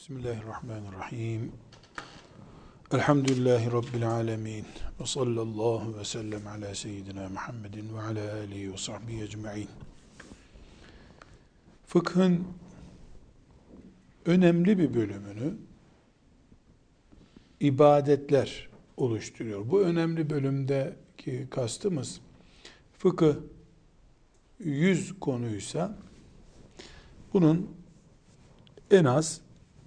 Bismillahirrahmanirrahim. Elhamdülillahi Rabbil alemin. Ve sallallahu ve sellem ala seyyidina Muhammedin ve ala alihi ve sahbihi ecma'in. Fıkhın önemli bir bölümünü ibadetler oluşturuyor. Bu önemli bölümdeki kastımız fıkıh 100 konuysa bunun en az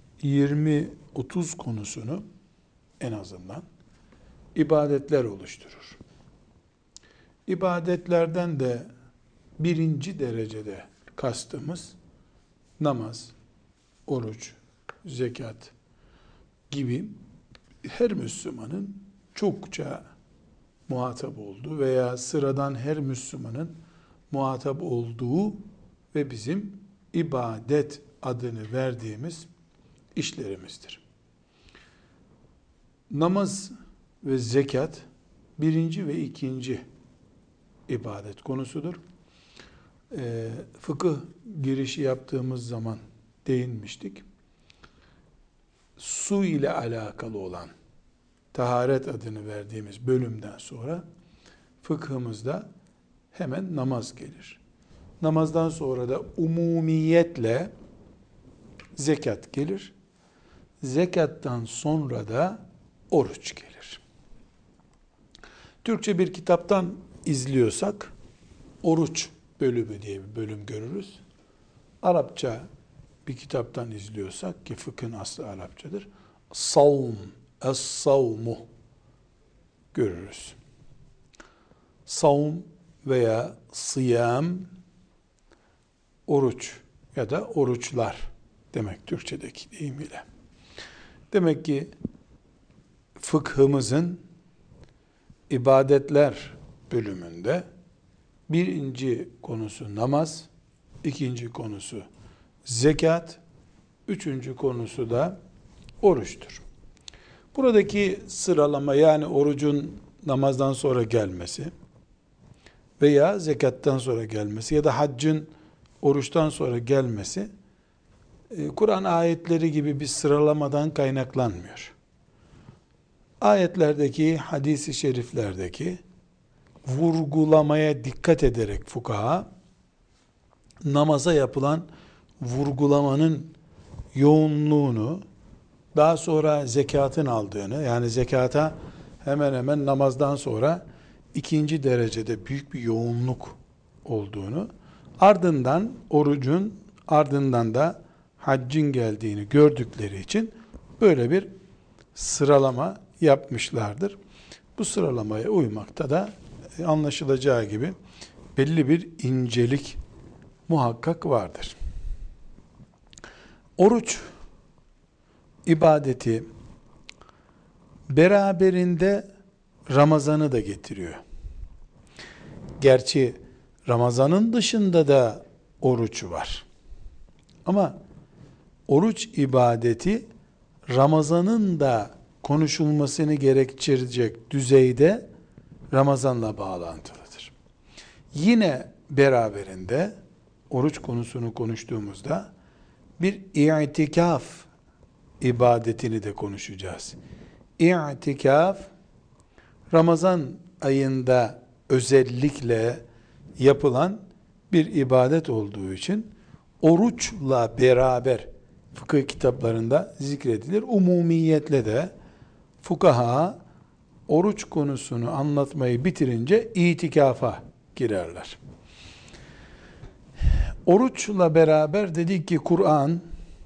20-30 konusunu en azından ibadetler oluşturur. İbadetlerden de birinci derecede kastımız namaz, oruç, zekat gibi her Müslümanın çokça muhatap olduğu veya sıradan her Müslümanın muhatap olduğu ve bizim ibadet adını verdiğimiz işlerimizdir. Namaz ve zekat birinci ve ikinci ibadet konusudur. Fıkıh girişi yaptığımız zaman değinmiştik. Su ile alakalı olan taharet adını verdiğimiz bölümden sonra fıkhımızda hemen namaz gelir. Namazdan sonra da umumiyetle zekat gelir. Zekattan sonra da oruç gelir. Türkçe bir kitaptan izliyorsak oruç bölümü diye bir bölüm görürüz. Arapça bir kitaptan izliyorsak ki fıkhın aslı Arapçadır. Savm, es-savmu görürüz. Savm veya sıyam oruç ya da oruçlar demek Türkçedeki deyimiyle. Demek ki fıkhımızın ibadetler bölümünde birinci konusu namaz, ikinci konusu zekat, üçüncü konusu da oruçtur. Buradaki sıralama yani orucun namazdan sonra gelmesi veya zekattan sonra gelmesi ya da haccın oruçtan sonra gelmesi Kur'an ayetleri gibi bir sıralamadan kaynaklanmıyor. Ayetlerdeki, hadis-i şeriflerdeki vurgulamaya dikkat ederek fukaha namaza yapılan vurgulamanın yoğunluğunu daha sonra zekatın aldığını yani zekata hemen hemen namazdan sonra ikinci derecede büyük bir yoğunluk olduğunu ardından orucun ardından da haccın geldiğini gördükleri için böyle bir sıralama yapmışlardır. Bu sıralamaya uymakta da anlaşılacağı gibi belli bir incelik muhakkak vardır. Oruç ibadeti beraberinde Ramazan'ı da getiriyor. Gerçi Ramazan'ın dışında da oruç var. Ama oruç ibadeti Ramazan'ın da konuşulmasını gerektirecek düzeyde Ramazan'la bağlantılıdır. Yine beraberinde oruç konusunu konuştuğumuzda bir i'tikaf ibadetini de konuşacağız. İ'tikaf Ramazan ayında özellikle yapılan bir ibadet olduğu için oruçla beraber fıkıh kitaplarında zikredilir. Umumiyetle de fukaha oruç konusunu anlatmayı bitirince itikafa girerler. Oruçla beraber dedik ki Kur'an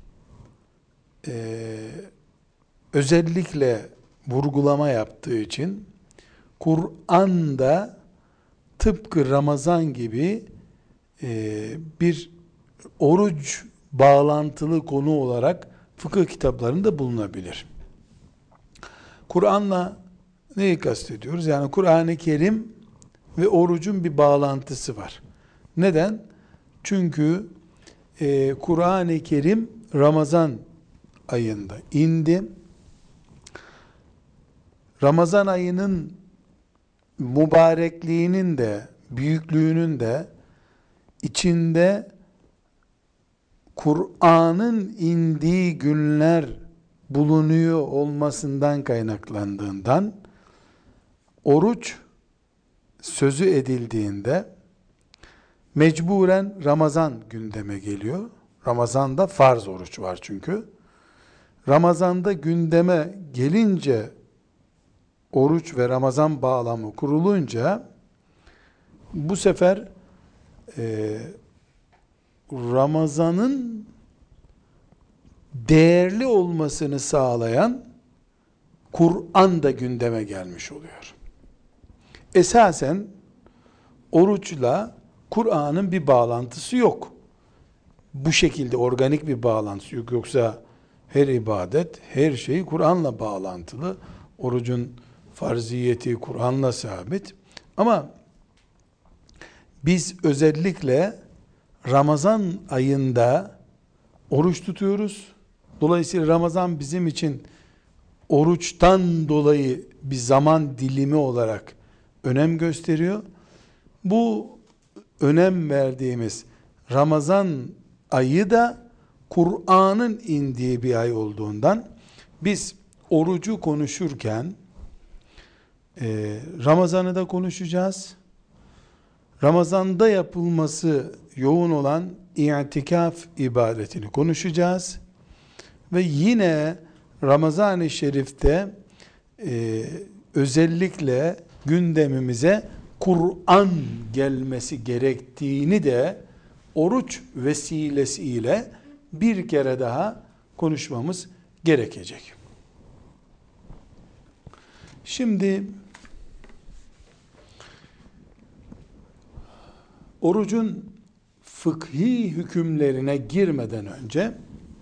özellikle vurgulama yaptığı için Kur'an'da tıpkı Ramazan gibi bir oruç bağlantılı konu olarak fıkıh kitaplarında bulunabilir. Kur'an'la neyi kastediyoruz? Yani Kur'an-ı Kerim ve orucun bir bağlantısı var. Neden? Çünkü Kur'an-ı Kerim Ramazan ayında indi. Ramazan ayının mübarekliğinin de büyüklüğünün de içinde Kur'an'ın indiği günler bulunuyor olmasından kaynaklandığından oruç sözü edildiğinde mecburen Ramazan gündeme geliyor. Ramazan'da farz oruç var çünkü. Ramazan'da gündeme gelince oruç ve Ramazan bağlamı kurulunca bu sefer Ramazan'ın değerli olmasını sağlayan Kur'an da gündeme gelmiş oluyor. Esasen oruçla Kur'an'ın bir bağlantısı yok. Bu şekilde organik bir bağlantısı yok. Yoksa her ibadet, her şey Kur'an'la bağlantılı. Orucun farziyeti Kur'an'la sabit. Ama biz özellikle Ramazan ayında oruç tutuyoruz. Dolayısıyla Ramazan bizim için oruçtan dolayı bir zaman dilimi olarak önem gösteriyor. Bu önem verdiğimiz Ramazan ayı da Kur'an'ın indiği bir ay olduğundan biz orucu konuşurken Ramazan'ı da konuşacağız. Ramazan'da yapılması yoğun olan i'tikaf ibadetini konuşacağız. Ve yine Ramazan-ı Şerif'te özellikle gündemimize Kur'an gelmesi gerektiğini de oruç vesilesiyle bir kere daha konuşmamız gerekecek. Şimdi orucun fıkhi hükümlerine girmeden önce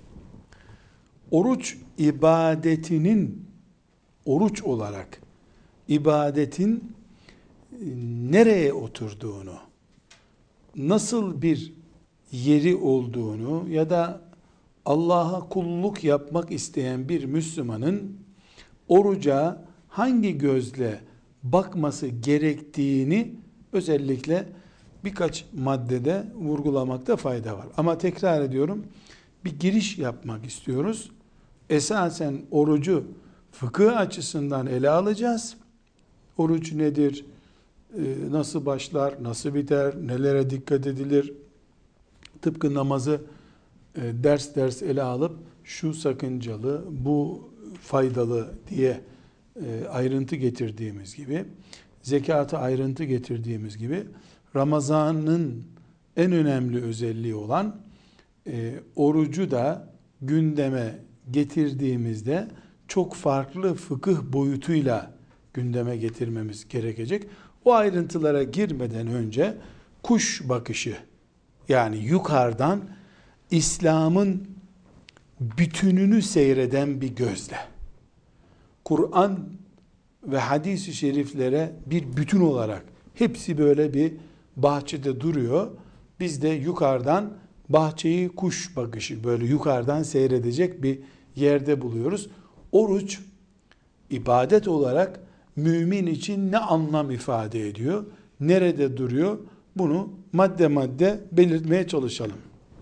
oruç ibadetinin oruç olarak ibadetin nereye oturduğunu, nasıl bir yeri olduğunu ya da Allah'a kulluk yapmak isteyen bir Müslümanın oruca hangi gözle bakması gerektiğini özellikle birkaç maddede vurgulamakta fayda var. Ama tekrar ediyorum, bir giriş yapmak istiyoruz. Esasen orucu fıkıh açısından ele alacağız. Oruç nedir? Nasıl başlar? Nasıl biter? Nelere dikkat edilir? Tıpkı namazı ders ders ele alıp şu sakıncalı, bu faydalı diye ayrıntı getirdiğimiz gibi, zekata ayrıntı getirdiğimiz gibi Ramazan'ın en önemli özelliği olan orucu da gündeme getirdiğimizde çok farklı fıkıh boyutuyla gündeme getirmemiz gerekecek. O ayrıntılara girmeden önce kuş bakışı, yani yukarıdan İslam'ın bütününü seyreden bir gözle, Kur'an ve hadis-i şeriflere bir bütün olarak hepsi böyle bir bahçede duruyor. Biz de yukarıdan bahçeyi kuş bakışı, böyle yukarıdan seyredecek bir yerde buluyoruz. Oruç ibadet olarak mümin için ne anlam ifade ediyor? Nerede duruyor? Bunu madde madde belirtmeye çalışalım.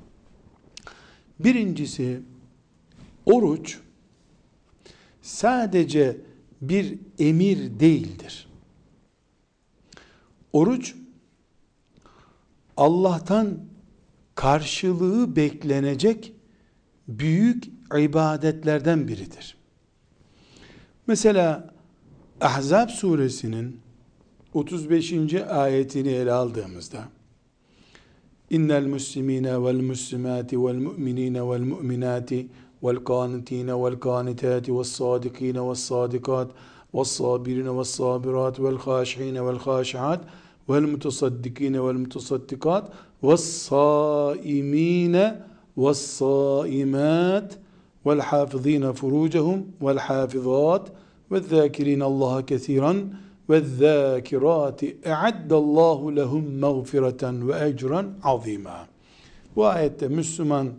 Birincisi, oruç sadece bir emir değildir. Oruç Allah'tan karşılığı beklenecek büyük ibadetlerden biridir. Mesela Ahzab suresinin 35. ayetini ele aldığımızda İnnel muslimine vel muslimati vel mu'minine vel mu'minati vel kanitine vel kanitati vel sadikine vel sadikat vel sabirine vel sabirat vel khâşihine vel khâşihat vel mutasaddikine vel mutasaddikat vel sâimine vel sâimat vel hâfizine furucehum vel hâfizat ve zâkirîne Allah'a kesiran ve zâkirâti e'addallâhu lehum mağfireten ve ecran azîmâ. Bu ayette Müslüman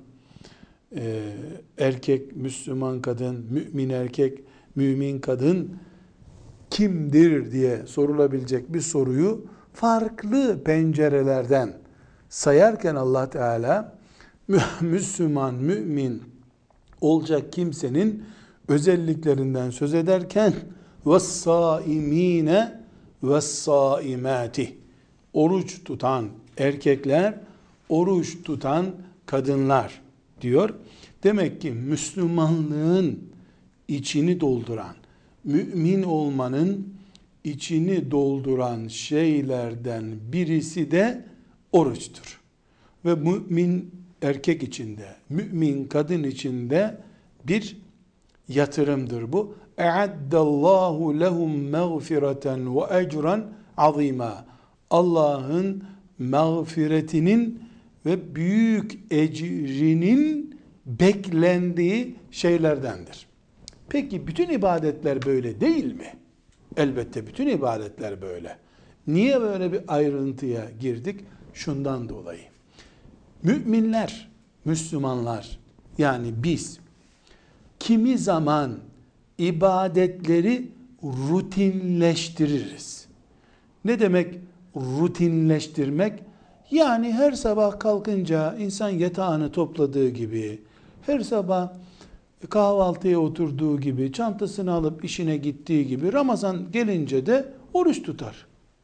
erkek, Müslüman kadın, mümin erkek, mümin kadın kimdir diye sorulabilecek bir soruyu farklı pencerelerden sayarken Allah Teala Müslüman, mümin olacak kimsenin özelliklerinden söz ederken وَالصَّائِم۪ينَ وَالصَّائِمَاتِ oruç tutan erkekler, oruç tutan kadınlar diyor. Demek ki Müslümanlığın içini dolduran, mümin olmanın içini dolduran şeylerden birisi de oruçtur. Ve mümin erkek içinde, mümin kadın içinde bir yatırımdır bu. E'addallahu lehum mağfireten ve ecran azima. Allah'ın mağfiretinin ve büyük ecrinin beklendiği şeylerdendir. Peki bütün ibadetler böyle değil mi? Elbette bütün ibadetler böyle. Niye böyle bir ayrıntıya girdik? Şundan dolayı. Müminler, Müslümanlar, yani biz kimi zaman ibadetleri rutinleştiririz. Ne demek rutinleştirmek? Yani her sabah kalkınca insan yatağını topladığı gibi, her sabah kahvaltıya oturduğu gibi, çantasını alıp işine gittiği gibi, Ramazan gelince de oruç tutar.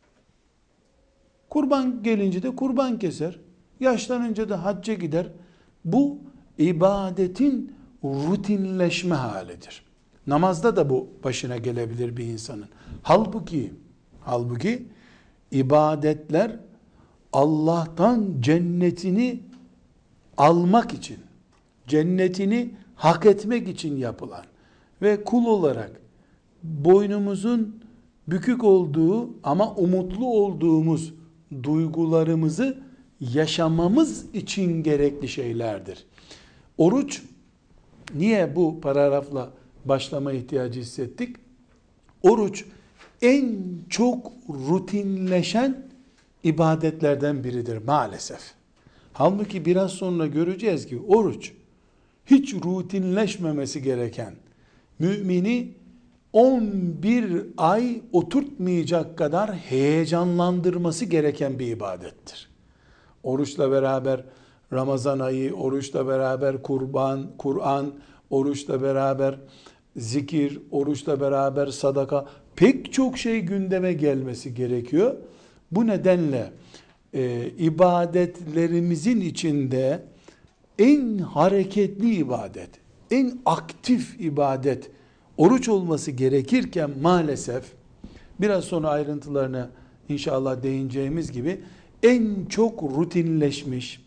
Kurban gelince de kurban keser. Yaşlanınca da hacca gider. Bu ibadetin rutinleşme halidir. Namazda da bu başına gelebilir bir insanın. Halbuki ibadetler Allah'tan cennetini almak için, cennetini hak etmek için yapılan ve kul olarak boynumuzun bükük olduğu ama umutlu olduğumuz duygularımızı yaşamamız için gerekli şeylerdir. Oruç, niye bu paragrafla başlama ihtiyacı hissettik? Oruç en çok rutinleşen ibadetlerden biridir maalesef. Halbuki biraz sonra göreceğiz ki oruç hiç rutinleşmemesi gereken, mümini 11 ay oturtmayacak kadar heyecanlandırması gereken bir ibadettir. Oruçla beraber Ramazan ayı, oruçla beraber Kur'an, oruçla beraber zikir, oruçla beraber sadaka, pek çok şey gündeme gelmesi gerekiyor. Bu nedenle ibadetlerimizin içinde en hareketli ibadet, en aktif ibadet oruç olması gerekirken maalesef biraz sonra ayrıntılarına inşallah değineceğimiz gibi en çok rutinleşmiş,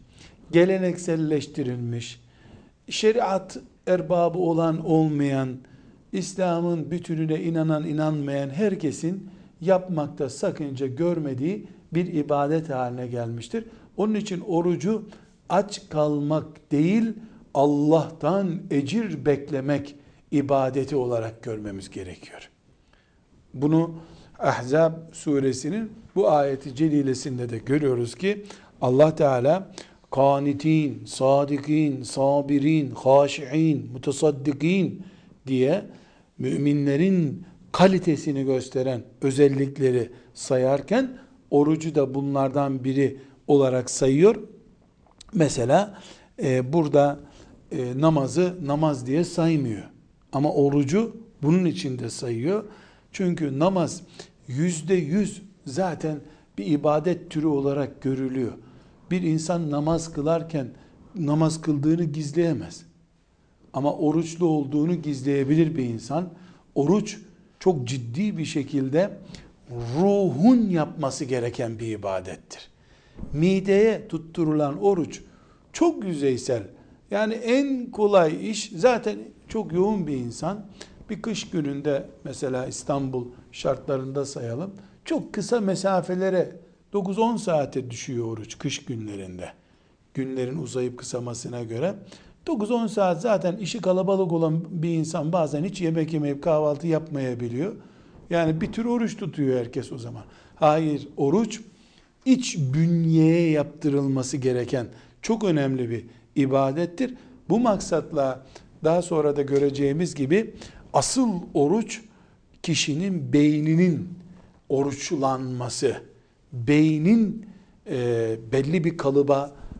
gelenekselleştirilmiş, şeriat erbabı olan olmayan, İslam'ın bütününe inanan inanmayan herkesin yapmakta sakınca görmediği bir ibadet haline gelmiştir. Onun için orucu aç kalmak değil, Allah'tan ecir beklemek ibadeti olarak görmemiz gerekiyor. Bunu Ahzab suresinin bu ayeti celilesinde de görüyoruz ki Allah Teala kanitin, sadikin, sabirin, haşiin, mutasaddikin diye müminlerin kalitesini gösteren özellikleri sayarken orucu da bunlardan biri olarak sayıyor. Mesela burada namazı namaz diye saymıyor. Ama orucu bunun içinde sayıyor. Çünkü namaz %100 zaten bir ibadet türü olarak görülüyor. Bir insan namaz kılarken namaz kıldığını gizleyemez. Ama oruçlu olduğunu gizleyebilir bir insan. Oruç çok ciddi bir şekilde ruhun yapması gereken bir ibadettir. Mideye tutturulan oruç çok yüzeysel. Yani en kolay iş, zaten çok yoğun bir insan bir kış gününde, mesela İstanbul şartlarında sayalım, çok kısa mesafelere 9-10 saate düşüyor oruç kış günlerinde. Günlerin uzayıp kısamasına göre 9-10 saat, zaten işi kalabalık olan bir insan bazen hiç yemek yemeyip kahvaltı yapmayabiliyor. Yani bir tür oruç tutuyor herkes o zaman. Hayır, oruç iç bünyeye yaptırılması gereken çok önemli bir ibadettir. Bu maksatla daha sonra da göreceğimiz gibi asıl oruç kişinin beyninin oruçlanması, beynin belli bir kalıba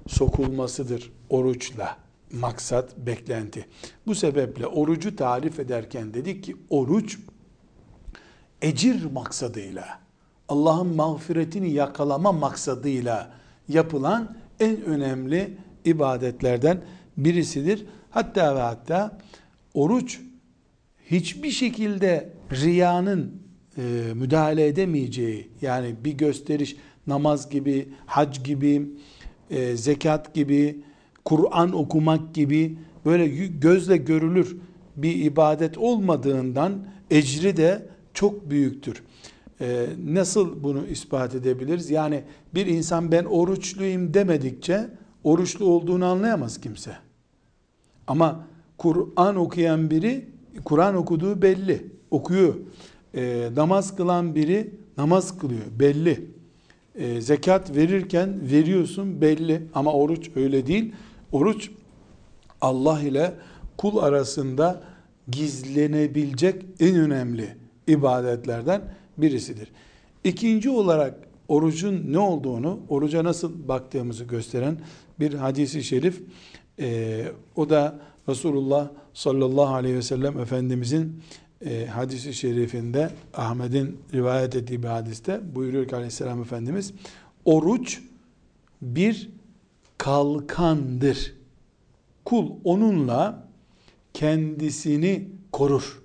sokulmasıdır oruçla. Maksat, beklenti. Bu sebeple orucu tarif ederken dedik ki oruç ecir maksadıyla, Allah'ın mağfiretini yakalama maksadıyla yapılan en önemli ibadetlerden birisidir. Hatta ve hatta oruç hiçbir şekilde riyanın müdahale edemeyeceği, yani bir gösteriş, namaz gibi, hac gibi, zekat gibi, Kur'an okumak gibi böyle gözle görülür bir ibadet olmadığından ecri de çok büyüktür. Nasıl bunu ispat edebiliriz? Yani bir insan ben oruçluyum demedikçe oruçlu olduğunu anlayamaz kimse. Ama Kur'an okuyan biri, Kur'an okuduğu belli, okuyor. Namaz kılan biri namaz kılıyor, belli. Zekat verirken veriyorsun, belli. Ama oruç öyle değil. Oruç Allah ile kul arasında gizlenebilecek en önemli ibadetlerden birisidir. İkinci olarak orucun ne olduğunu, oruca nasıl baktığımızı gösteren bir hadisi şerif. O da Resulullah sallallahu aleyhi ve sellem Efendimizin hadisi şerifinde, Ahmet'in rivayet ettiği bir hadiste buyuruyor ki aleyhisselam Efendimiz, oruç bir kalkandır. Kul onunla kendisini korur.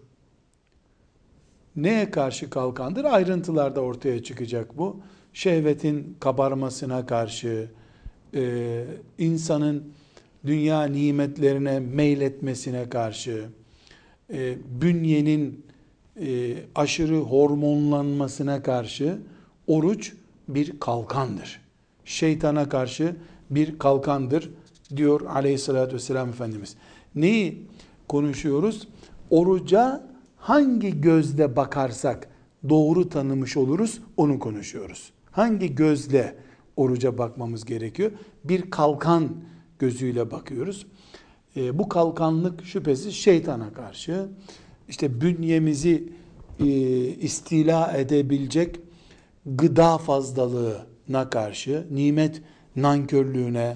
Neye karşı kalkandır? Ayrıntılarda ortaya çıkacak bu. Şehvetin kabarmasına karşı, insanın dünya nimetlerine meyletmesine karşı, bünyenin aşırı hormonlanmasına karşı oruç bir kalkandır. Şeytana karşı bir kalkandır diyor aleyhissalatü vesselam Efendimiz. Neyi konuşuyoruz? Oruca hangi gözle bakarsak doğru tanımış oluruz, onu konuşuyoruz. Hangi gözle oruca bakmamız gerekiyor? Bir kalkan gözüyle bakıyoruz. Bu kalkanlık şüphesiz şeytana karşı, işte bünyemizi istila edebilecek gıda fazlalığına karşı, nimet nankörlüğüne,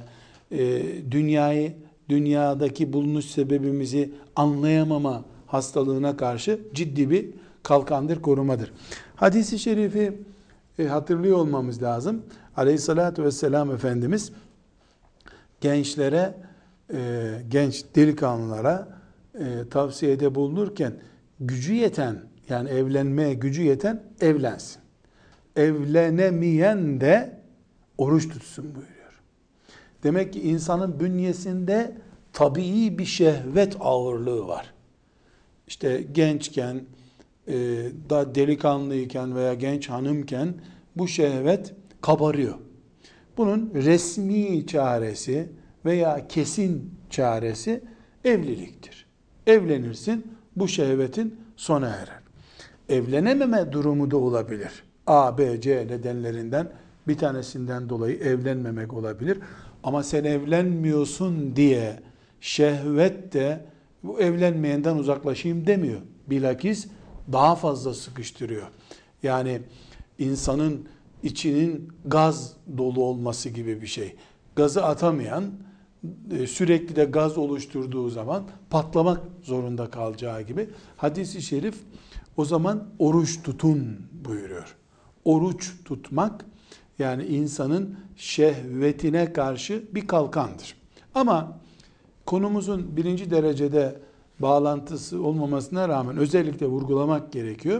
dünyadaki bulunuş sebebimizi anlayamama hastalığına karşı ciddi bir kalkandır, korumadır. Hadis-i şerifi hatırlıyor olmamız lazım. Aleyhissalatü vesselam Efendimiz gençlere, genç delikanlılara tavsiyede bulunurken gücü yeten, yani evlenmeye gücü yeten evlensin. Evlenemeyen de oruç tutsun buyuruyor. Demek ki insanın bünyesinde tabii bir şehvet ağırlığı var. İşte gençken, da delikanlıyken veya genç hanımken bu şehvet kabarıyor. Bunun resmi çaresi veya kesin çaresi evliliktir. Evlenirsin, bu şehvetin sona erer. Evlenememe durumu da olabilir. A, B, C nedenlerinden bir tanesinden dolayı evlenmemek olabilir. Ama sen evlenmiyorsun diye şehvet de bu evlenmeyenden uzaklaşayım demiyor. Bilakis daha fazla sıkıştırıyor. Yani insanın içinin gaz dolu olması gibi bir şey. Gazı atamayan sürekli de gaz oluşturduğu zaman patlamak zorunda kalacağı gibi. Hadis-i şerif o zaman oruç tutun buyuruyor. Oruç tutmak yani insanın şehvetine karşı bir kalkandır. Ama konumuzun birinci derecede bağlantısı olmamasına rağmen özellikle vurgulamak gerekiyor.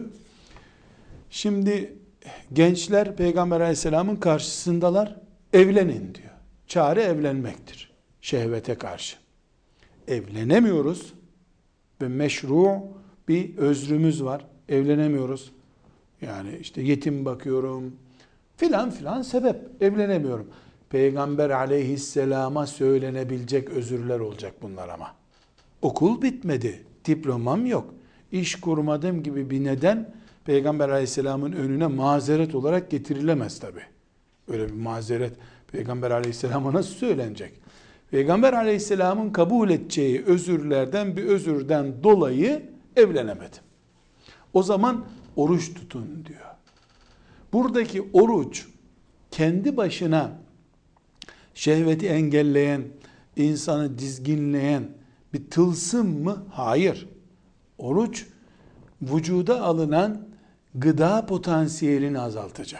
Şimdi gençler Peygamber Aleyhisselam'ın karşısındalar. Evlenin diyor. Çare evlenmektir. Şehvete karşı. Evlenemiyoruz ve meşru bir özrümüz var. Evlenemiyoruz. Yani işte yetim bakıyorum filan filan sebep evlenemiyorum. Peygamber Aleyhisselam'a söylenebilecek özürler olacak bunlar ama. Okul bitmedi, diplomam yok, iş kurmadım gibi bir neden Peygamber Aleyhisselam'ın önüne mazeret olarak getirilemez tabi. Öyle bir mazeret Peygamber Aleyhisselam'a nasıl söylenecek? Peygamber Aleyhisselam'ın kabul edeceği özürlerden bir özürden dolayı evlenemedim. O zaman oruç tutun diyor. Buradaki oruç kendi başına şehveti engelleyen, insanı dizginleyen bir tılsım mı? Hayır. Oruç, vücuda alınan gıda potansiyelini azaltacak.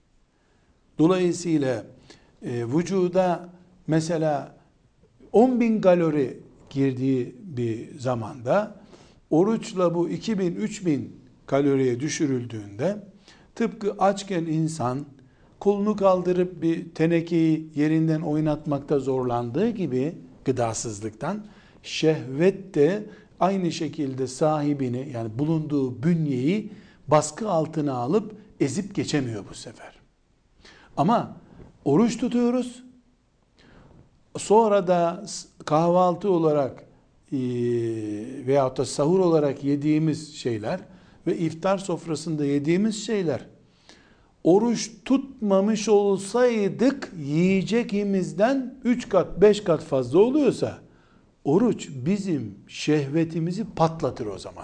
Dolayısıyla vücuda mesela 10.000 kalori girdiği bir zamanda oruçla bu 2.000-3.000 kaloriye düşürüldüğünde tıpkı açken insan kolunu kaldırıp bir tenekeyi yerinden oynatmakta zorlandığı gibi gıdasızlıktan, şehvet de aynı şekilde sahibini, yani bulunduğu bünyeyi baskı altına alıp ezip geçemiyor bu sefer. Ama oruç tutuyoruz. Sonra da kahvaltı olarak veyahut da sahur olarak yediğimiz şeyler ve iftar sofrasında yediğimiz şeyler, oruç tutmamış olsaydık yiyeceğimizden 3 kat 5 kat fazla oluyorsa, oruç bizim şehvetimizi patlatır o zaman.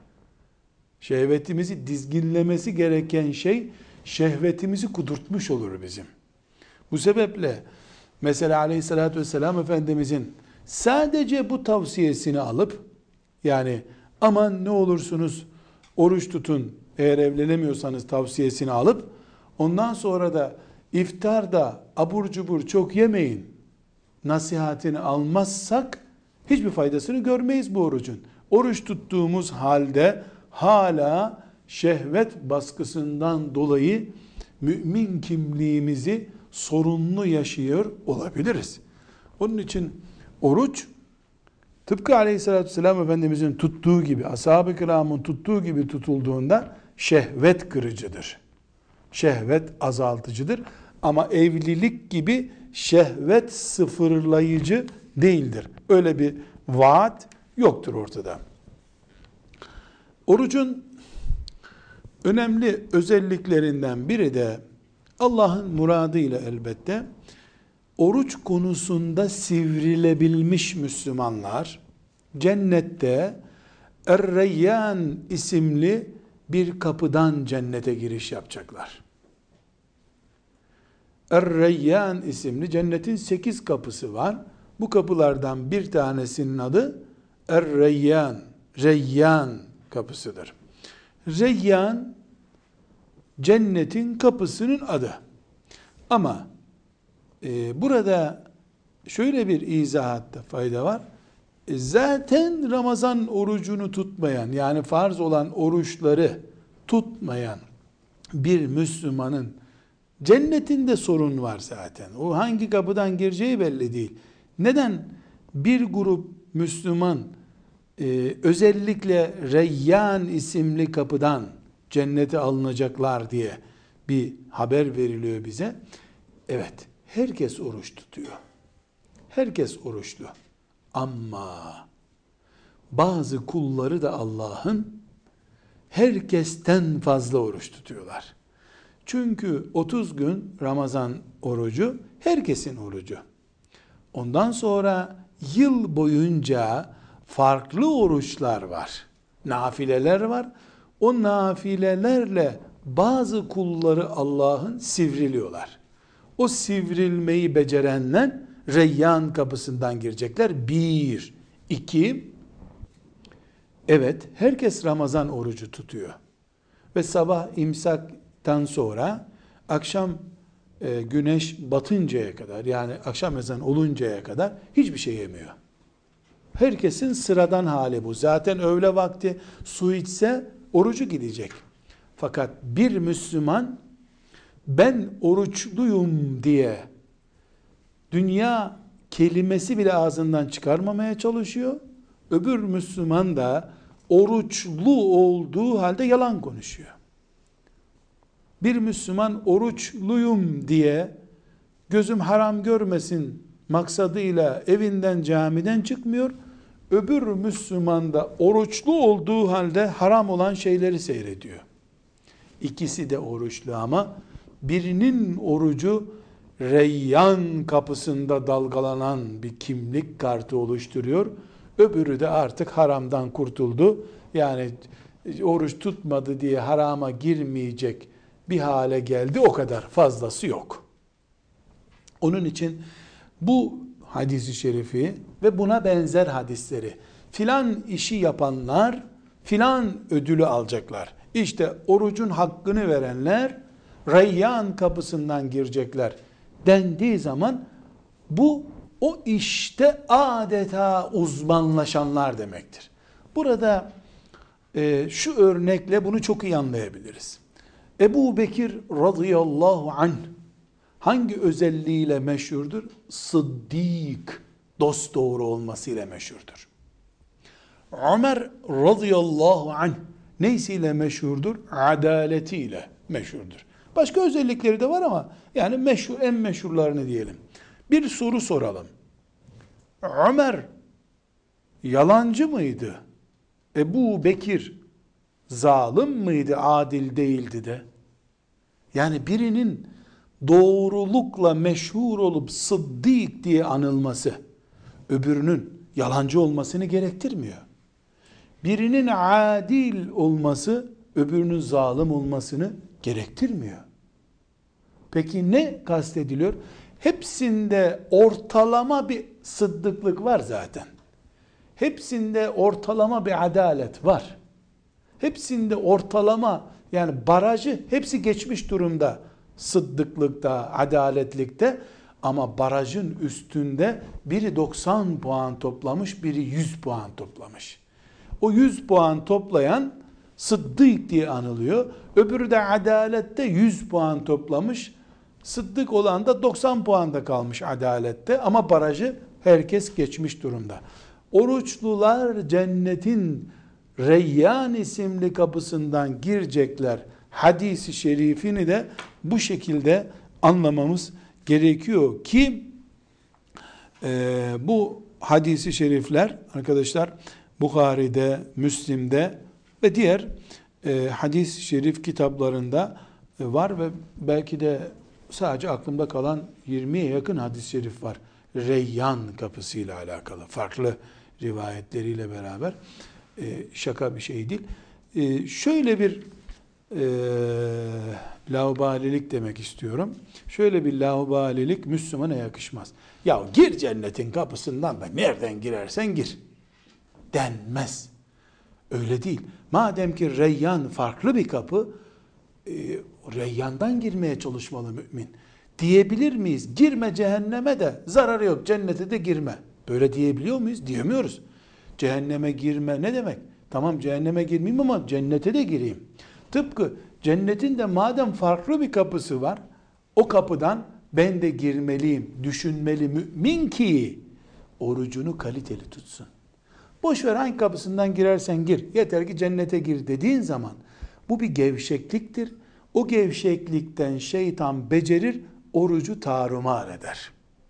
Şehvetimizi dizginlemesi gereken şey, şehvetimizi kudurtmuş olur bizim. Bu sebeple mesela Aleyhisselatü Vesselam Efendimizin sadece bu tavsiyesini alıp, yani aman ne olursunuz oruç tutun eğer evlenemiyorsanız tavsiyesini alıp, ondan sonra da iftarda abur cubur çok yemeyin nasihatini almazsak hiçbir faydasını görmeyiz bu orucun. Oruç tuttuğumuz halde hala şehvet baskısından dolayı mümin kimliğimizi sorunlu yaşıyor olabiliriz. Onun için oruç tıpkı Aleyhisselatü Vesselam Efendimizin tuttuğu gibi, ashab-ı kiramın tuttuğu gibi tutulduğunda şehvet kırıcıdır. Şehvet azaltıcıdır. Ama evlilik gibi şehvet sıfırlayıcı değildir. Öyle bir vaat yoktur ortada. Orucun önemli özelliklerinden biri de Allah'ın muradıyla elbette oruç konusunda sivrilebilmiş Müslümanlar cennette Er-Reyyan isimli bir kapıdan cennete giriş yapacaklar. Er-Reyyan isimli cennetin 8 kapısı var. Bu kapılardan bir tanesinin adı Er-Reyyan, Reyyan kapısıdır. Reyyan cennetin kapısının adı. Ama burada şöyle bir izahatta fayda var. Zaten Ramazan orucunu tutmayan, yani farz olan oruçları tutmayan bir Müslümanın cennetinde sorun var zaten. O hangi kapıdan gireceği belli değil. Neden bir grup Müslüman özellikle Reyyan isimli kapıdan cennete alınacaklar diye bir haber veriliyor bize? Evet, herkes oruç tutuyor. Herkes oruçlu. Ama bazı kulları da Allah'ın herkesten fazla oruç tutuyorlar. Çünkü 30 gün Ramazan orucu herkesin orucu. Ondan sonra yıl boyunca farklı oruçlar var. Nafileler var. O nafilelerle bazı kulları Allah'ın sivriliyorlar. O sivrilmeyi becerenler Reyyan kapısından girecekler. 1, 2, evet herkes Ramazan orucu tutuyor. Ve sabah imsaktan sonra akşam güneş batıncaya kadar, yani akşam ezan oluncaya kadar hiçbir şey yemiyor. Herkesin sıradan hali bu. Zaten öğle vakti su içse orucu gidecek. Fakat bir Müslüman ben oruçluyum diye dünya kelimesi bile ağzından çıkarmamaya çalışıyor. Öbür Müslüman da oruçlu olduğu halde yalan konuşuyor. Bir Müslüman oruçluyum diye gözüm haram görmesin maksadıyla evinden camiden çıkmıyor. Öbür Müslüman da oruçlu olduğu halde haram olan şeyleri seyrediyor. İkisi de oruçlu ama birinin orucu Reyyan kapısında dalgalanan bir kimlik kartı oluşturuyor. Öbürü de artık haramdan kurtuldu. Yani oruç tutmadı diye harama girmeyecek bir hale geldi. O kadar fazlası yok. Onun için Bu hadisi şerifi ve buna benzer hadisleri, filan işi yapanlar filan ödülü alacaklar. İşte orucun hakkını verenler Reyyan kapısından girecekler dendiği zaman bu o işte adeta uzmanlaşanlar demektir. Burada şu örnekle bunu çok iyi anlayabiliriz. Ebu Bekir radıyallahu anh hangi özelliğiyle meşhurdur? Sıddık, dosdoğru olmasıyla meşhurdur. Ömer radıyallahu anh neysiyle meşhurdur? Adaletiyle meşhurdur. Başka özellikleri de var ama yani meşhur, en meşhurlarını diyelim. Bir soru soralım. Ömer yalancı mıydı? Ebu Bekir zalim mıydı, adil değildi de? Yani birinin doğrulukla meşhur olup sıddık diye anılması, öbürünün yalancı olmasını gerektirmiyor. Birinin adil olması, öbürünün zalim olmasını gerektirmiyor. Peki ne kastediliyor? Hepsinde ortalama bir sıddıklık var zaten. Hepsinde ortalama bir adalet var. Hepsinde ortalama, yani barajı hepsi geçmiş durumda sıddıklıkta, adaletlikte, ama barajın üstünde biri 90 puan toplamış, biri 100 puan toplamış. O 100 puan toplayan sıddık diye anılıyor. Öbürü de adalette 100 puan toplamış. Sıddık olan da 90 puanda kalmış adalette, ama barajı herkes geçmiş durumda. Oruçlular cennetin Reyyan isimli kapısından girecekler hadisi şerifini de bu şekilde anlamamız gerekiyor ki bu hadisi şerifler arkadaşlar Bukhari'de, Müslim'de ve diğer hadis-i şerif kitaplarında var ve belki de sadece aklımda kalan 20'ye yakın hadis-i şerif var. Reyyan kapısıyla alakalı, farklı rivayetleriyle beraber, şaka bir şey değil. Şöyle bir laubalilik demek istiyorum. Şöyle bir laubalilik Müslümana yakışmaz. Ya gir cennetin kapısından da nereden girersen gir denmez. Öyle değil. Madem ki Reyyan farklı bir kapı, Reyyan'dan girmeye çalışmalı mümin. Diyebilir miyiz? Girme cehenneme de zararı yok, cennete de girme. Böyle diyebiliyor muyuz? Diyemiyoruz. Cehenneme girme ne demek? Tamam, cehenneme girmeyeyim ama cennete de gireyim. Tıpkı cennetin de madem farklı bir kapısı var, o kapıdan ben de girmeliyim, düşünmeli mümin ki orucunu kaliteli tutsun. Boş ver, hangi kapısından girersen gir, yeter ki cennete gir dediğin zaman bu bir gevşekliktir. O gevşeklikten şeytan becerir, orucu tarumar eder.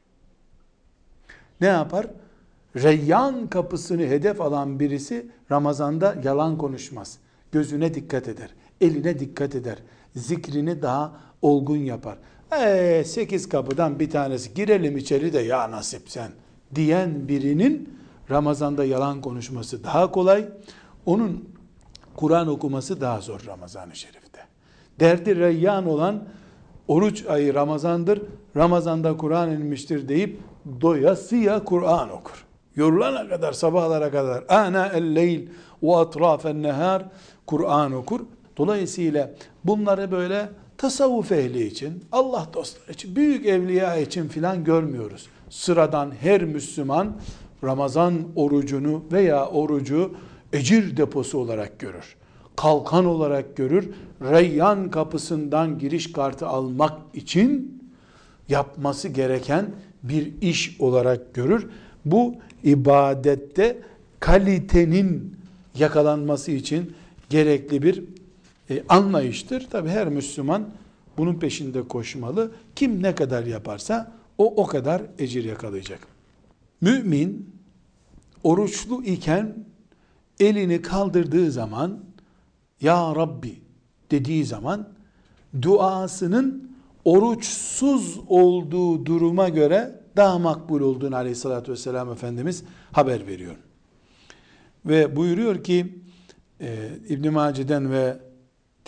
Ne yapar? Reyyan kapısını hedef alan birisi Ramazan'da yalan konuşmaz. Gözüne dikkat eder, eline dikkat eder, zikrini daha olgun yapar. 8 kapıdan bir tanesi, girelim içeri de ya nasip sen diyen birinin Ramazan'da yalan konuşması daha kolay, onun Kur'an okuması daha zor Ramazan-ı Şerif'te. Derdi Reyyan olan oruç ayı Ramazan'dır, Ramazan'da Kur'an inmiştir deyip doyasıya Kur'an okur. Yorulana kadar, sabahlara kadar ana el-leyl ve atrafen nehar Kur'an okur. Dolayısıyla bunları böyle tasavvuf ehli için, Allah dostları için, büyük evliya için filan görmüyoruz. Sıradan her Müslüman Ramazan orucunu veya orucu ecir deposu olarak görür. Kalkan olarak görür. Reyyan kapısından giriş kartı almak için yapması gereken bir iş olarak görür. Bu ibadette kalitenin yakalanması için gerekli bir anlayıştır. Tabi her Müslüman bunun peşinde koşmalı. Kim ne kadar yaparsa o kadar ecir yakalayacak. Mümin oruçlu iken elini kaldırdığı zaman, Ya Rabbi dediği zaman, duasının oruçsuz olduğu duruma göre daha makbul olduğunu aleyhissalatü vesselam Efendimiz haber veriyor. Ve buyuruyor ki İbn-i Mace'den ve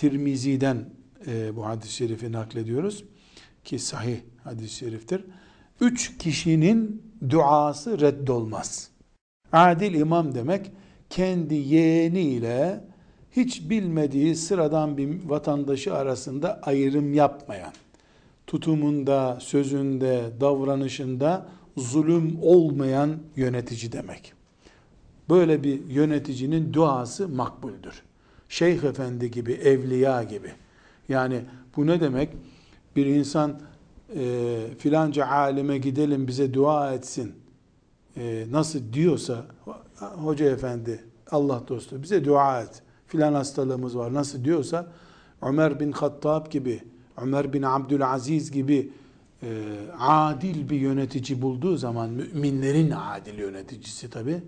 Tirmizi'den bu hadis-i şerifi naklediyoruz ki sahih hadis-i şeriftir. 3 kişinin duası reddolmaz. Adil imam demek, kendi yeğeniyle hiç bilmediği sıradan bir vatandaşı arasında ayrım yapmayan, tutumunda, sözünde, davranışında zulüm olmayan yönetici demek. Böyle bir yöneticinin duası makbuldür. Şeyh efendi gibi, evliya gibi. Yani bu ne demek? Bir insan filanca alime gidelim bize dua etsin nasıl diyorsa, hoca efendi, Allah dostu bize dua et, filan hastalığımız var nasıl diyorsa, Ömer bin Hattab gibi, Ömer bin Abdülaziz gibi adil bir yönetici bulduğu zaman, müminlerin adil yöneticisi tabi,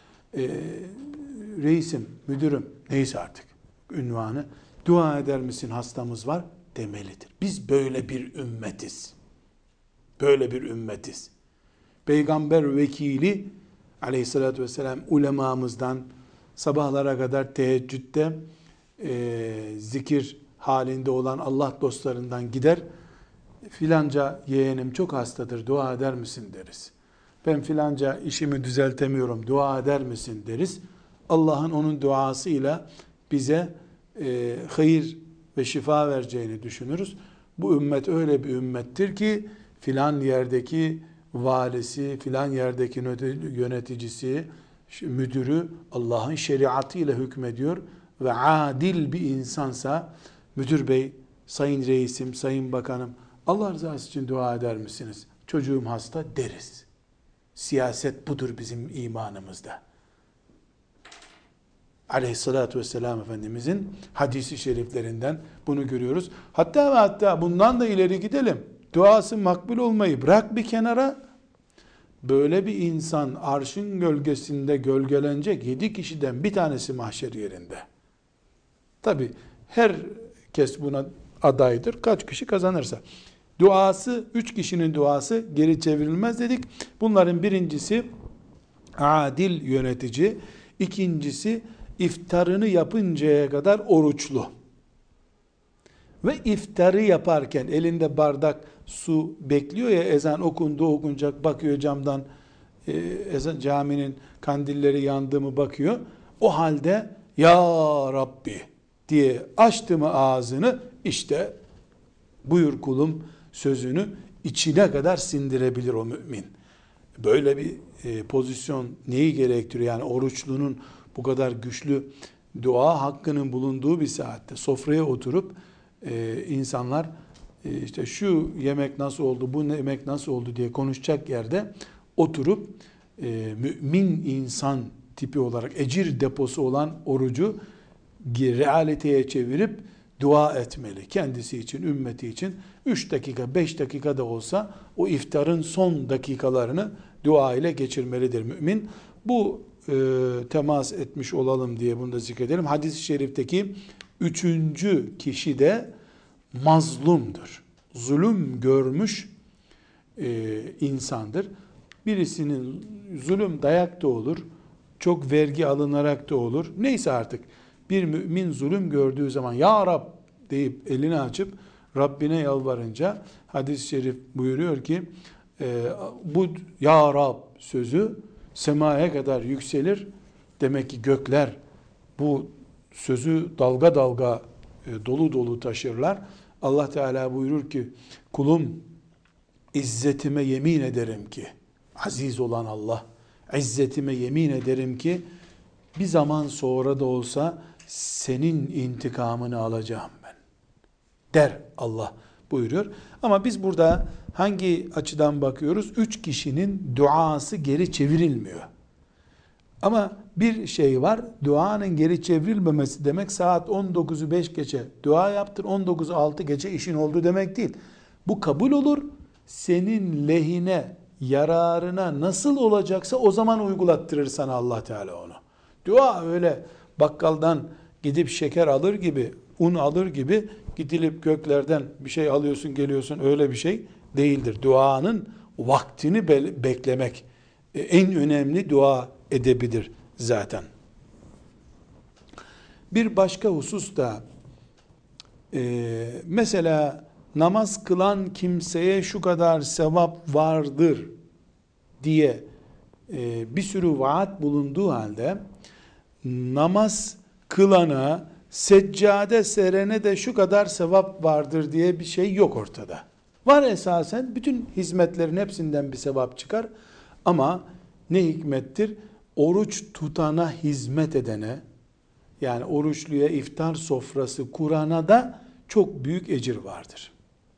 reisim, müdürüm, neyse artık ünvanı, dua eder misin hastamız var demelidir. Biz böyle bir ümmetiz. Böyle bir ümmetiz. Peygamber vekili aleyhissalatü vesselam ulemamızdan sabahlara kadar teheccüde zikir halinde olan Allah dostlarından gider, filanca yeğenim çok hastadır dua eder misin deriz. Ben filanca işimi düzeltemiyorum dua eder misin deriz. Allah'ın onun duasıyla bize hayır ve şifa vereceğini düşünürüz. Bu ümmet öyle bir ümmettir ki filan yerdeki valisi, filan yerdeki yöneticisi, müdürü Allah'ın şeriatıyla hükmediyor ve adil bir insansa, müdür bey, sayın reisim, sayın bakanım, Allah rızası için dua eder misiniz? Çocuğum hasta deriz. Siyaset budur bizim imanımızda. Aleyhissalatü vesselam Efendimizin hadisi şeriflerinden bunu görüyoruz. Hatta ve hatta bundan da ileri gidelim. Duası makbul olmayı bırak bir kenara. Böyle bir insan arşın gölgesinde gölgelenecek 7 kişiden bir tanesi mahşer yerinde. Tabi herkes buna adaydır. Kaç kişi kazanırsa. Duası, 3 kişinin duası geri çevrilmez dedik. Bunların birincisi adil yönetici. İkincisi iftarını yapıncaya kadar oruçlu. Ve iftarı yaparken elinde bardak su bekliyor ya, ezan okunacak, bakıyor camdan, ezan caminin kandilleri yandı mı bakıyor. O halde ya Rabbi diye açtı mı ağzını, işte buyur kulum sözünü içine kadar sindirebilir o mümin. Böyle bir pozisyon neyi gerektiriyor? Yani oruçlunun bu kadar güçlü dua hakkının bulunduğu bir saatte sofraya oturup insanlar işte şu yemek nasıl oldu, bu yemek nasıl oldu diye konuşacak yerde oturup mümin insan tipi olarak ecir deposu olan orucu realiteye çevirip dua etmeli. Kendisi için, ümmeti için 3 dakika, 5 dakika da olsa o iftarın son dakikalarını dua ile geçirmelidir mümin. Bu temas etmiş olalım diye bunu da zikredelim. Hadis-i şerifteki 3. kişi de mazlumdur. Zulüm görmüş insandır. Birisinin zulüm dayak da olur, çok vergi alınarak da olur. Neyse artık bir mümin zulüm gördüğü zaman ya Rab deyip elini açıp Rabbine yalvarınca hadis-i şerif buyuruyor ki bu ya Rab sözü semaya kadar yükselir. Demek ki gökler bu sözü dalga dalga dolu dolu taşırlar. Allah Teala buyurur ki kulum İzzetime yemin ederim ki, aziz olan Allah, İzzetime yemin ederim ki bir zaman sonra da olsa senin intikamını alacağım ben der Allah buyuruyor. Ama biz burada hangi açıdan bakıyoruz? 3 kişinin duası geri çevrilmiyor. Ama bir şey var, duanın geri çevrilmemesi demek saat 19'u 5 geçe dua yaptır, 19'u 6 geçe işin oldu demek değil. Bu kabul olur, senin lehine, yararına nasıl olacaksa o zaman uygulattırır sana Allah Teala onu. Dua öyle bakkaldan gidip şeker alır gibi, un alır gibi gidilip göklerden bir şey alıyorsun geliyorsun, öyle bir şey değildir. Duanın vaktini beklemek en önemli dua edebilir zaten. Bir başka husus da mesela namaz kılan kimseye şu kadar sevap vardır diye bir sürü vaat bulunduğu halde namaz kılana, seccade serene de şu kadar sevap vardır diye bir şey yok ortada. Var esasen, bütün hizmetlerin hepsinden bir sevap çıkar ama ne hikmettir? Oruç tutana hizmet edene, yani oruçluya iftar sofrası kurana da çok büyük ecir vardır.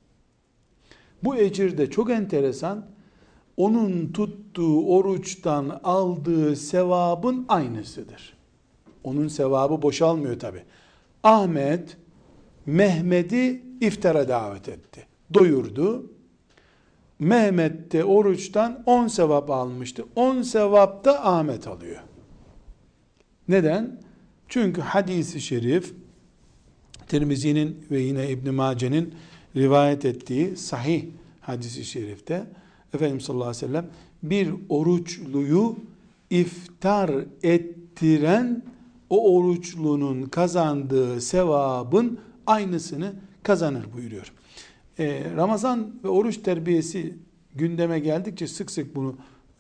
Bu ecir de çok enteresan. Onun tuttuğu oruçtan aldığı sevabın aynısıdır. Onun sevabı boşalmıyor tabi. Ahmet, Mehmet'i iftara davet etti. Doyurdu. Mehmet de oruçtan 10 sevap almıştı. 10 sevap da Ahmet alıyor. Neden? Çünkü hadis-i şerif, Tirmizi'nin ve yine İbn Mace'nin rivayet ettiği sahih hadis-i şerifte Efendimiz sallallahu aleyhi ve sellem bir oruçluyu iftar ettiren o oruçlunun kazandığı sevabın aynısını kazanır buyuruyor. Ramazan ve oruç terbiyesi gündeme geldikçe sık sık bunu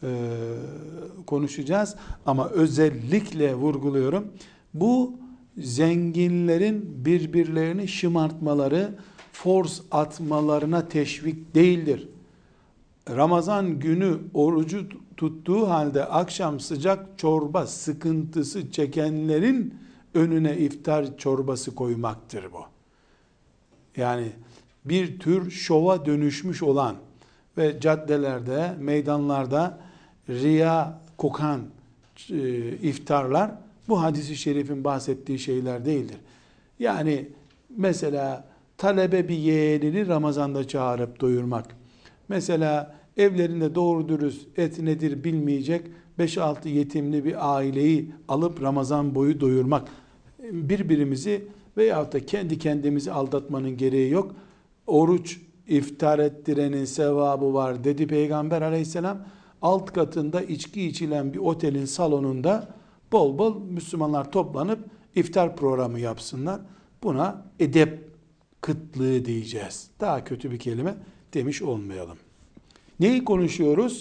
konuşacağız ama özellikle vurguluyorum. Bu zenginlerin birbirlerini şımartmaları, force atmalarına teşvik değildir. Ramazan günü orucu tuttuğu halde akşam sıcak çorba sıkıntısı çekenlerin önüne iftar çorbası koymaktır bu. Yani bir tür şova dönüşmüş olan ve caddelerde, meydanlarda riya kokan iftarlar bu hadis-i şerifin bahsettiği şeyler değildir. Yani mesela talebe bir yeğenini Ramazan'da çağırıp doyurmak, mesela evlerinde doğru dürüst et nedir bilmeyecek 5-6 yetimli bir aileyi alıp Ramazan boyu doyurmak, birbirimizi veyahut da kendi kendimizi aldatmanın gereği yok. Oruç iftar ettirenin sevabı var dedi Peygamber aleyhisselam. Alt katında içki içilen bir otelin salonunda bol bol Müslümanlar toplanıp iftar programı yapsınlar. Buna edep kıtlığı diyeceğiz. Daha kötü bir kelime demiş olmayalım. Neyi konuşuyoruz?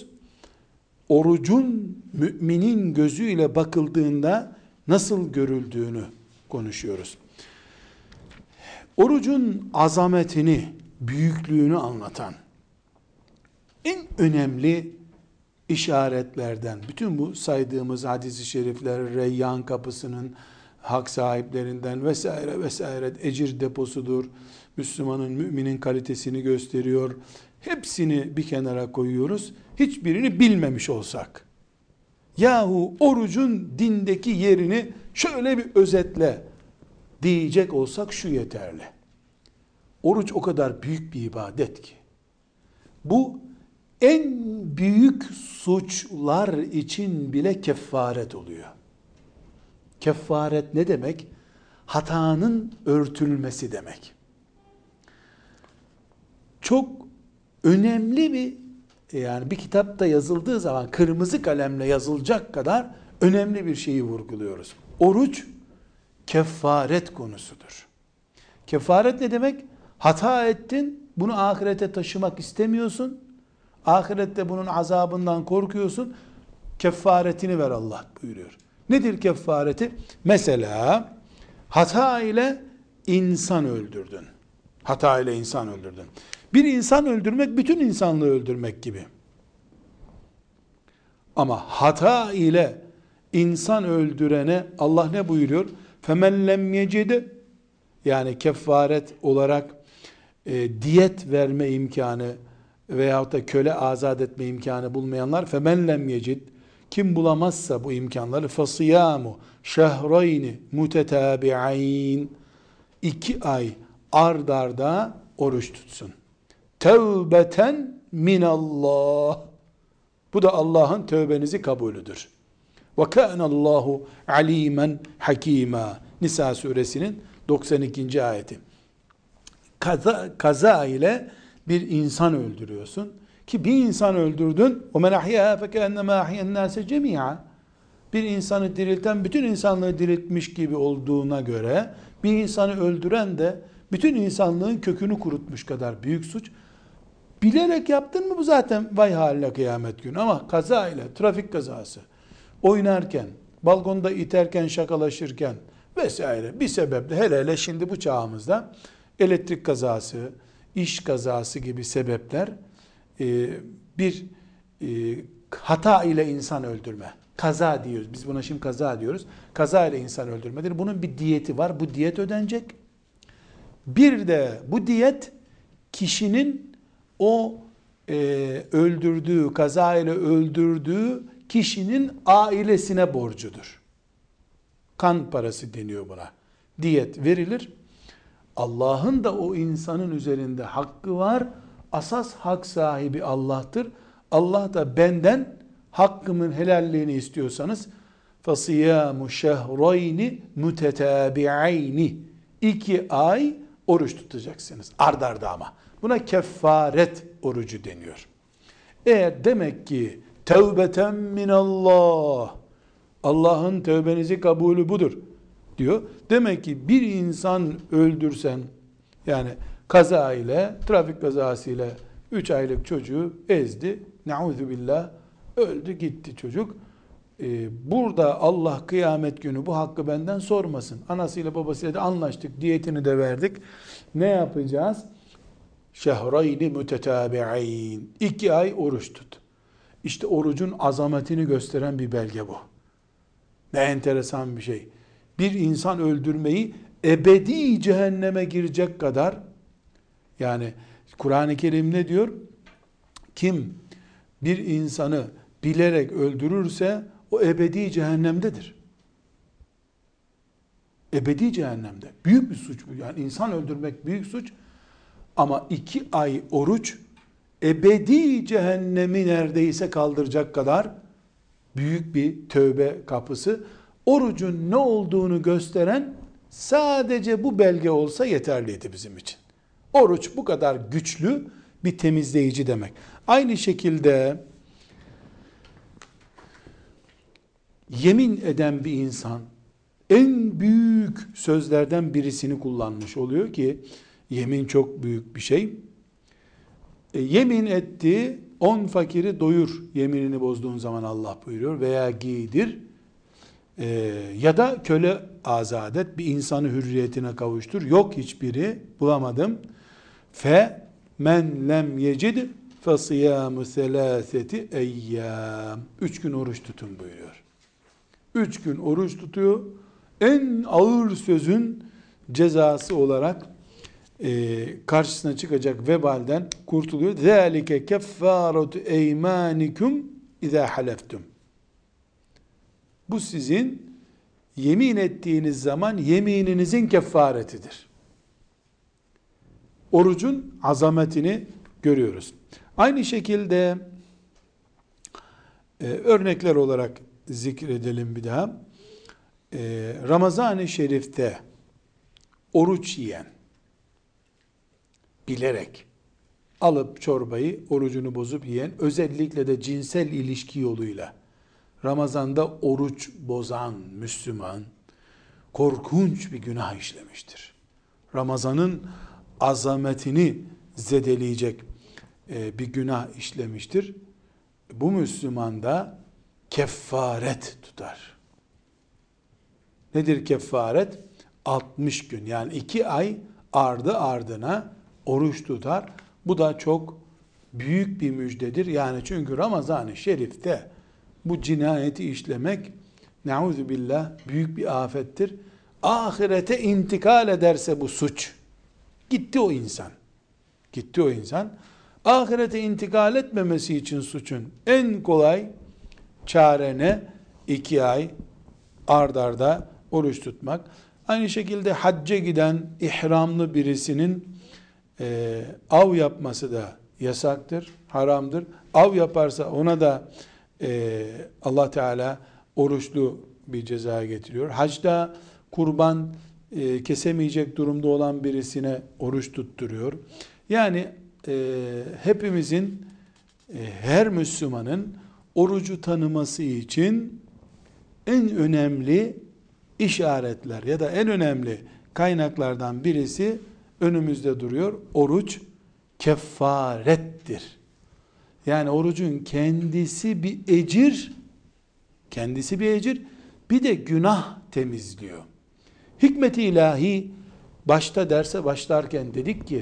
Orucun müminin gözüyle bakıldığında nasıl görüldüğünü konuşuyoruz. Orucun azametini, büyüklüğünü anlatan en önemli işaretlerden, bütün bu saydığımız hadis-i şerifler, Reyyan kapısının hak sahiplerinden vesaire vesaire ecir deposudur. Müslümanın, müminin kalitesini gösteriyor. Hepsini bir kenara koyuyoruz. Hiçbirini bilmemiş olsak. Yahu orucun dindeki yerini şöyle bir özetle diyecek olsak şu yeterli. Oruç o kadar büyük bir ibadet ki. Bu en büyük suçlar için bile kefaret oluyor. Kefaret ne demek? Hatanın örtülmesi demek. Çok önemli bir, yani bir kitapta yazıldığı zaman kırmızı kalemle yazılacak kadar önemli bir şeyi vurguluyoruz. Oruç kefaret konusudur. Kefaret ne demek? Hata ettin, bunu ahirete taşımak istemiyorsun. Ahirette bunun azabından korkuyorsun. Kefaretini ver Allah buyuruyor. Nedir kefareti? Mesela hata ile insan öldürdün. Hata ile insan öldürdün. Bir insan öldürmek bütün insanlığı öldürmek gibi. Ama hata ile insan öldürene Allah ne buyuruyor? فَمَنْ لَمْ يَجِدِ, yani kefaret olarak diyet verme imkanı veyahut da köle azat etme imkanı bulmayanlar, فَمَنْ لَمْ يَجِدْ, kim bulamazsa bu imkanları, فَصِيَامُ شَهْرَيْنِ مُتَتَابِعَيْنِ, 2 ay ard arda oruç tutsun. Tevbeten minallah. Bu da Allah'ın tövbenizi kabulüdür. Ve kânallâhu alîmen hakîmâ. Nisa suresinin 92. ayeti. Kaza ile bir insan öldürüyorsun. Ki bir insan öldürdün. وَمَنْ اَحْيَاهَا فَكَأَنَّمَا اَحْيَا النَّاسَ جَمِيعًا. Bir insanı dirilten bütün insanlığı diriltmiş gibi olduğuna göre bir insanı öldüren de Bütün insanlığın kökünü kurutmuş kadar büyük suç. Bilerek yaptın mı bu zaten vay haline kıyamet günü. Ama kaza ile, trafik kazası, oynarken, balkonda iterken, şakalaşırken vesaire bir sebeple, hele hele şimdi bu çağımızda elektrik kazası, iş kazası gibi sebepler bir hata ile insan öldürme. Kaza diyoruz. Biz buna şimdi kaza diyoruz. Kaza ile insan öldürmedir. Bunun bir diyeti var. Bu diyet ödenecek. Bir de bu diyet kişinin o öldürdüğü, kaza ile öldürdüğü kişinin ailesine borcudur. Kan parası deniyor buna. Diyet verilir. Allah'ın da o insanın üzerinde hakkı var. Asas hak sahibi Allah'tır. Allah da benden hakkımın helalliğini istiyorsanız فَصِيَامُ شَهْرَيْنِ مُتَتَابِعَيْنِ 2 ay oruç tutacaksınız. Ard arda ama. Buna kefaret orucu deniyor. Eğer demek ki tevbeten minallah, Allah'ın tövbenizi kabulü budur diyor. Demek ki bir insan öldürsen, yani kaza ile, trafik kazası ile 3 aylık çocuğu ezdi. Neuzubillah, öldü gitti çocuk. Burada Allah kıyamet günü bu hakkı benden sormasın. Anasıyla babasıyla da anlaştık, diyetini de verdik. Ne yapacağız? Şehrayni mütetâbi'in. 2 ay oruç tut. İşte orucun azametini gösteren bir belge bu. Ne enteresan bir şey. Bir insan öldürmeyi ebedi cehenneme girecek kadar, yani Kur'an-ı Kerim ne diyor? Kim bir insanı bilerek öldürürse o ebedi cehennemdedir. Ebedi cehennemde. Büyük bir suç bu. Yani insan öldürmek büyük suç. Ama 2 ay oruç ebedi cehennemi neredeyse kaldıracak kadar büyük bir tövbe kapısı. Orucun ne olduğunu gösteren sadece bu belge olsa yeterliydi bizim için. Oruç bu kadar güçlü bir temizleyici demek. Aynı şekilde yemin eden bir insan en büyük sözlerden birisini kullanmış oluyor ki yemin çok büyük bir şey. Yemin etti, 10 fakiri doyur yeminini bozduğun zaman Allah buyuruyor, veya giydir ya da köle azat et, bir insanı hürriyetine kavuştur. Yok hiçbiri, bulamadım. Fe men lem yecid fe siyamu selaseti eyyam. 3 gün oruç tutun buyuruyor. 3 gün oruç tutuyor. En ağır sözün cezası olarak karşısına çıkacak vebalden kurtuluyor. ذَٰلِكَ كَفَّارَةُ اَيْمَانِكُمْ اِذَا حَلَفْتُمْ. Bu sizin yemin ettiğiniz zaman yemininizin kefaretidir. Orucun azametini görüyoruz. Aynı şekilde örnekler olarak zikredelim bir daha. Ramazan-ı Şerif'te oruç yiyen, bilerek alıp çorbayı orucunu bozup yiyen, özellikle de cinsel ilişki yoluyla Ramazan'da oruç bozan Müslüman korkunç bir günah işlemiştir. Ramazan'ın azametini zedeleyecek bir günah işlemiştir. Bu Müslüman da kefaret tutar. Nedir kefaret? 60 gün, yani 2 ay ardı ardına oruç tutar. Bu da çok büyük bir müjdedir. Yani çünkü Ramazan-ı Şerif'te bu cinayeti işlemek neuzubillah büyük bir afettir. Ahirete intikal ederse bu suç, gitti o insan. Gitti o insan. Ahirete intikal etmemesi için suçun en kolay çare ne? 2 ay ard arda oruç tutmak. Aynı şekilde hacca giden ihramlı birisinin av yapması da yasaktır, haramdır. Av yaparsa ona da Allah Teala oruçlu bir ceza getiriyor. Hacda kurban kesemeyecek durumda olan birisine oruç tutturuyor. Yani hepimizin, her Müslümanın orucu tanıması için en önemli işaretler ya da en önemli kaynaklardan birisi önümüzde duruyor. Oruç kefarettir. Yani orucun kendisi bir ecir, bir de günah temizliyor. Hikmet-i ilahi, başta derse başlarken dedik ki,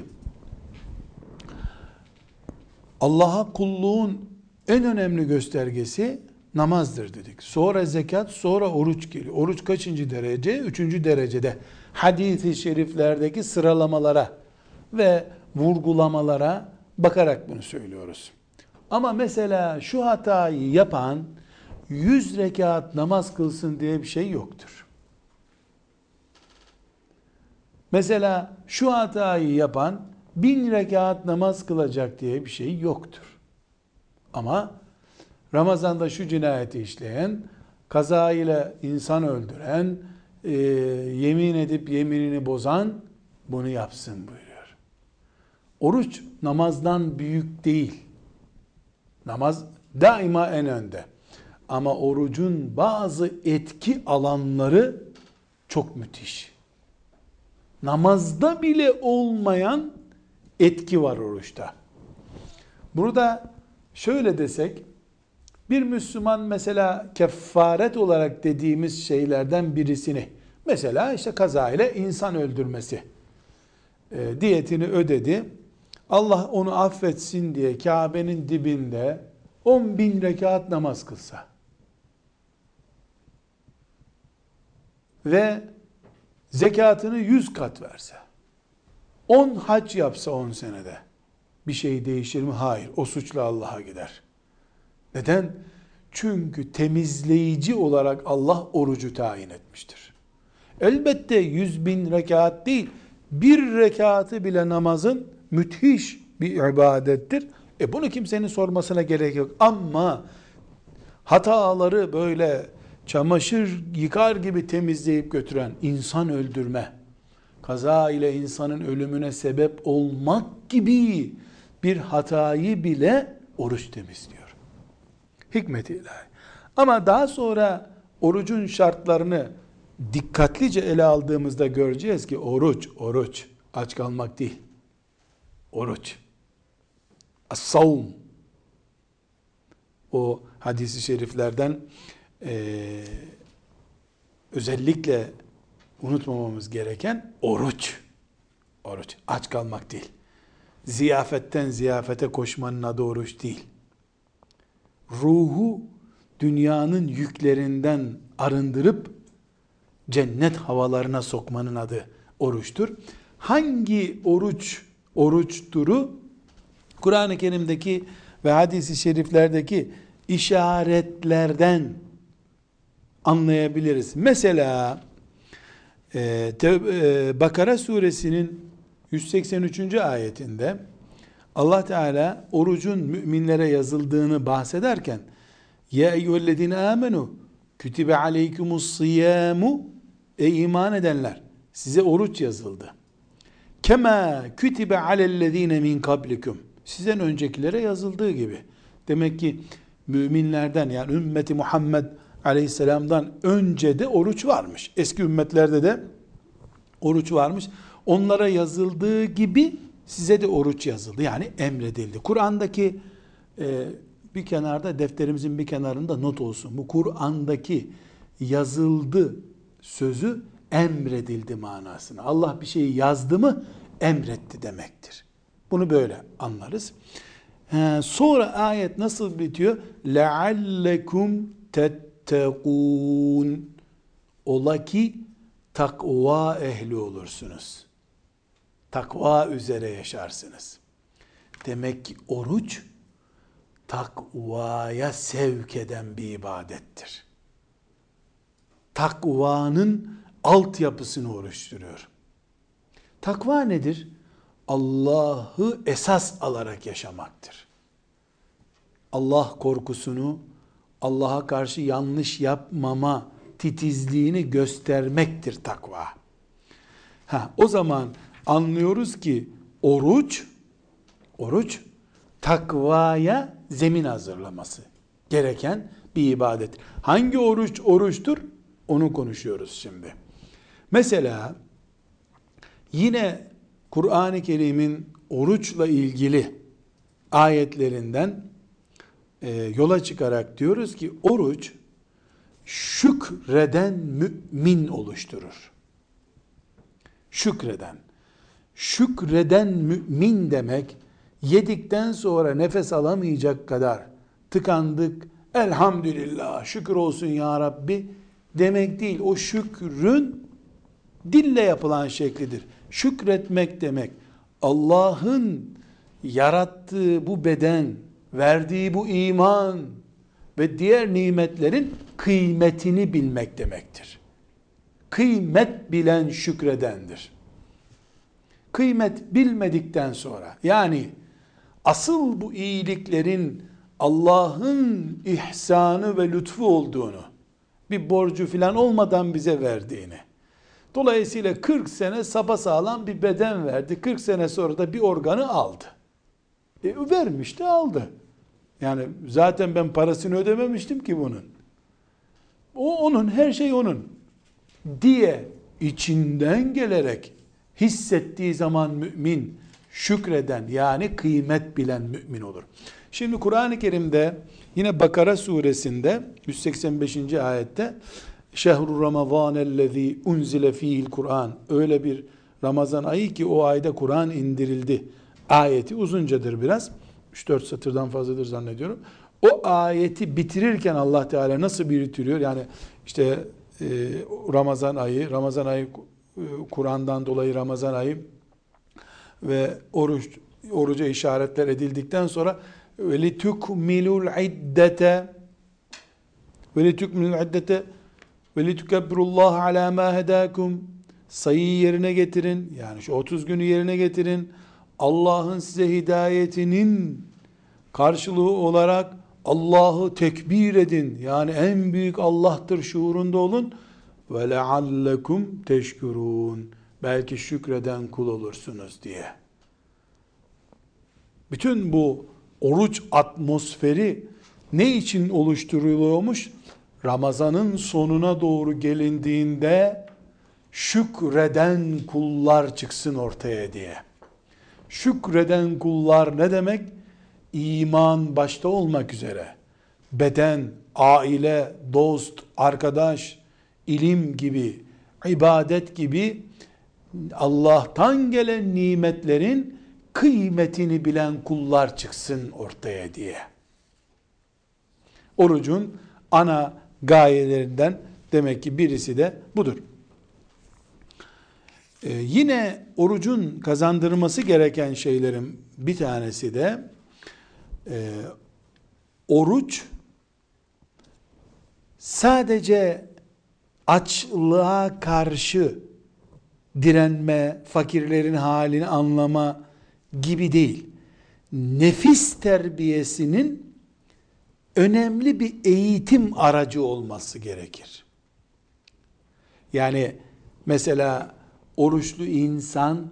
Allah'a kulluğun en önemli göstergesi namazdır dedik. Sonra zekat, sonra oruç geliyor. Oruç kaçıncı derece? 3. derecede. Hadis-i şeriflerdeki sıralamalara ve vurgulamalara bakarak bunu söylüyoruz. Ama mesela şu hatayı yapan 100 rekat namaz kılsın diye bir şey yoktur. Mesela şu hatayı yapan 1000 rekat namaz kılacak diye bir şey yoktur. Ama Ramazan'da şu cinayeti işleyen, kaza ile insan öldüren, yemin edip yeminini bozan bunu yapsın buyuruyor. Oruç namazdan büyük değil. Namaz daima en önde. Ama orucun bazı etki alanları çok müthiş. Namazda bile olmayan etki var oruçta. Burada şöyle desek, bir Müslüman mesela kefaret olarak dediğimiz şeylerden birisini, mesela işte kaza ile insan öldürmesi, diyetini ödedi. Allah onu affetsin diye Kabe'nin dibinde 10.000 rekat namaz kılsa ve zekatını 100 kat verse, 10 hac yapsa 10 senede bir şey değişir mi? Hayır. O suçla Allah'a gider. Neden? Çünkü temizleyici olarak Allah orucu tayin etmiştir. Elbette 100.000 rekat değil, bir rekatı bile namazın müthiş bir ibadettir. Bunu kimsenin sormasına gerek yok. Ama hataları böyle çamaşır yıkar gibi temizleyip götüren, insan öldürme, kaza ile insanın ölümüne sebep olmak gibi bir hatayı bile oruç temizliyor. Hikmet-i ilahi. Ama daha sonra orucun şartlarını dikkatlice ele aldığımızda göreceğiz ki oruç, aç kalmak değil. Oruç. As-savm. O hadis-i şeriflerden özellikle unutmamamız gereken oruç. Oruç. Aç kalmak değil. Ziyafetten ziyafete koşmanın adı oruç değil. Ruhu dünyanın yüklerinden arındırıp cennet havalarına sokmanın adı oruçtur. Hangi oruç turu? Kur'an-ı Kerim'deki ve hadis-i şeriflerdeki işaretlerden anlayabiliriz. Mesela Bakara suresinin 183. ayetinde Allah Teala orucun müminlere yazıldığını bahsederken ya eyyühellezine amenu kütibe aleykumussiyamu, ey iman edenler size oruç yazıldı. Kema kütibe alellezine min kablikum, sizden öncekilere yazıldığı gibi. Demek ki müminlerden, yani ümmeti Muhammed Aleyhisselam'dan önce de oruç varmış. Eski ümmetlerde de oruç varmış. Onlara yazıldığı gibi size de oruç yazıldı. Yani emredildi. Kur'an'daki bir kenarda, defterimizin bir kenarında not olsun. Bu Kur'an'daki yazıldı sözü emredildi manasına. Allah bir şeyi yazdı mı emretti demektir. Bunu böyle anlarız. Sonra ayet nasıl bitiyor? لَعَلَّكُمْ تَتَّقُونَ, ola ki takva ehli olursunuz. Takva üzere yaşarsınız. Demek ki oruç takvaya sevk eden bir ibadettir. Takvanın altyapısını oluşturuyor. Takva nedir? Allah'ı esas alarak yaşamaktır. Allah korkusunu, Allah'a karşı yanlış yapmama titizliğini göstermektir takva. O zaman anlıyoruz ki oruç takvaya zemin hazırlaması gereken bir ibadet. Hangi oruçtur? Onu konuşuyoruz şimdi. Mesela yine Kur'an-ı Kerim'in oruçla ilgili ayetlerinden yola çıkarak diyoruz ki oruç şükreden mümin oluşturur. Şükreden. Şükreden mümin demek, yedikten sonra nefes alamayacak kadar tıkandık, elhamdülillah, şükür olsun ya Rabbi demek değil. O şükrün dille yapılan şeklidir. Şükretmek demek, Allah'ın yarattığı bu beden, verdiği bu iman ve diğer nimetlerin kıymetini bilmek demektir. Kıymet bilen şükredendir. Kıymet bilmedikten sonra, yani asıl bu iyiliklerin Allah'ın ihsanı ve lütfu olduğunu, bir borcu filan olmadan bize verdiğini, dolayısıyla 40 sene sapasağlam bir beden verdi, 40 sene sonra da bir organı aldı. Vermiş de aldı. Yani zaten ben parasını ödememiştim ki bunun. O onun, her şey onun diye içinden gelerek hissettiği zaman mümin, şükreden, yani kıymet bilen mümin olur. Şimdi Kur'an-ı Kerim'de yine Bakara suresinde 185. ayette şehru ramazanellezî unzile fîhil Kur'an, öyle bir Ramazan ayı ki o ayda Kur'an indirildi ayeti uzuncadır biraz. 3-4 satırdan fazladır zannediyorum. O ayeti bitirirken Allah Teala nasıl bitiriyor? Yani işte Ramazan ayı Kur'an'dan dolayı Ramazan ayı ve oruca işaretler edildikten sonra وَلِتُكْمِلُوا الْعِدَّةَ وَلِتُكَبِّرُوا اللّٰهَ عَلَى مَا هَدَاكُمْ, sayıyı yerine getirin, yani şu 30 günü yerine getirin, Allah'ın size hidayetinin karşılığı olarak Allah'ı tekbir edin, yani en büyük Allah'tır şuurunda olun, وَلَعَلَّكُمْ تَشْكُرُونَ, belki şükreden kul olursunuz diye. Bütün bu oruç atmosferi ne için oluşturuluyormuş? Ramazanın sonuna doğru gelindiğinde şükreden kullar çıksın ortaya diye. Şükreden kullar ne demek? İman başta olmak üzere, beden, aile, dost, arkadaş, ilim gibi, ibadet gibi Allah'tan gelen nimetlerin kıymetini bilen kullar çıksın ortaya diye. Orucun ana gayelerinden demek ki birisi de budur. Yine orucun kazandırması gereken şeylerin bir tanesi de oruç sadece açlığa karşı direnme, fakirlerin halini anlama gibi değil. Nefis terbiyesinin önemli bir eğitim aracı olması gerekir. Yani mesela oruçlu insan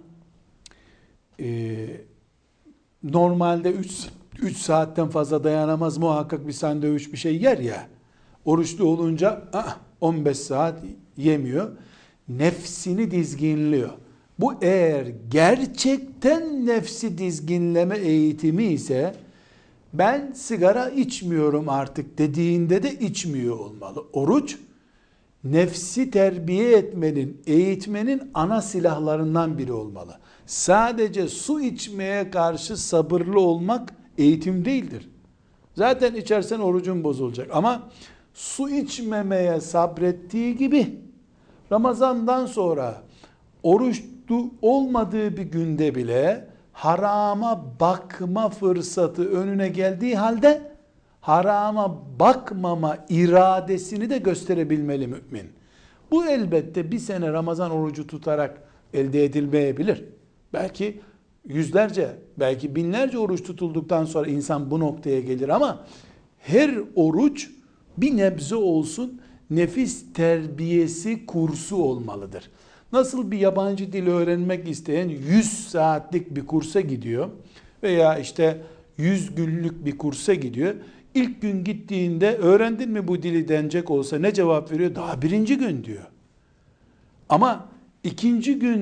normalde 3 saatten fazla dayanamaz, muhakkak bir sandviç bir şey yer ya. Oruçlu olunca 15 saat yemiyor. Nefsini dizginliyor. Bu eğer gerçekten nefsi dizginleme eğitimi ise, ben sigara içmiyorum artık dediğinde de içmiyor olmalı. Oruç, nefsi terbiye etmenin, eğitmenin ana silahlarından biri olmalı. Sadece su içmeye karşı sabırlı olmak eğitim değildir. Zaten içersen orucun bozulacak. Ama su içmemeye sabrettiği gibi, Ramazandan sonra oruçlu olmadığı bir günde bile harama bakma fırsatı önüne geldiği halde harama bakmama iradesini de gösterebilmeli mümin. Bu elbette bir sene Ramazan orucu tutarak elde edilmeyebilir. Belki yüzlerce, belki binlerce oruç tutulduktan sonra insan bu noktaya gelir ama her oruç bir nebze olsun nefis terbiyesi kursu olmalıdır. Nasıl bir yabancı dil öğrenmek isteyen 100 saatlik bir kursa gidiyor veya işte 100 günlük bir kursa gidiyor. İlk gün gittiğinde öğrendin mi bu dili denecek olsa ne cevap veriyor? Daha birinci gün diyor. Ama ikinci gün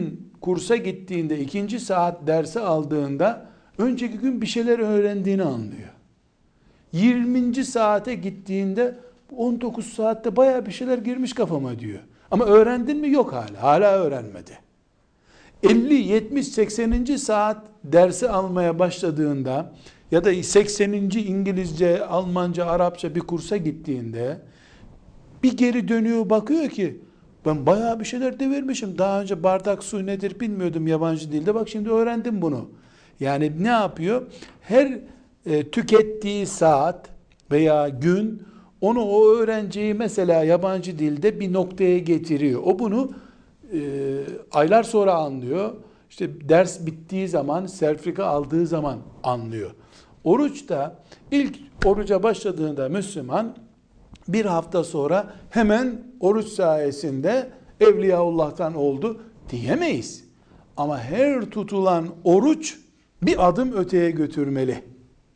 kursa gittiğinde, ikinci saat dersi aldığında önceki gün bir şeyler öğrendiğini anlıyor. 20. saate gittiğinde 19 saatte bayağı bir şeyler girmiş kafama diyor. Ama öğrendin mi? Yok hala. Hala öğrenmedi. 50, 70, 80. saat dersi almaya başladığında ya da 80. İngilizce, Almanca, Arapça bir kursa gittiğinde bir geri dönüyor, bakıyor ki ben bayağı bir şeyler devirmişim. Daha önce bardak su nedir bilmiyordum yabancı dilde. Bak şimdi öğrendim bunu. Yani ne yapıyor? Her tükettiği saat veya gün onu, o öğrenciyi mesela yabancı dilde bir noktaya getiriyor. O bunu aylar sonra anlıyor. İşte ders bittiği zaman, sertifika aldığı zaman anlıyor. Oruçta ilk oruca başladığında Müslüman bir hafta sonra hemen oruç sayesinde Evliyaullah'tan oldu diyemeyiz. Ama her tutulan oruç bir adım öteye götürmeli.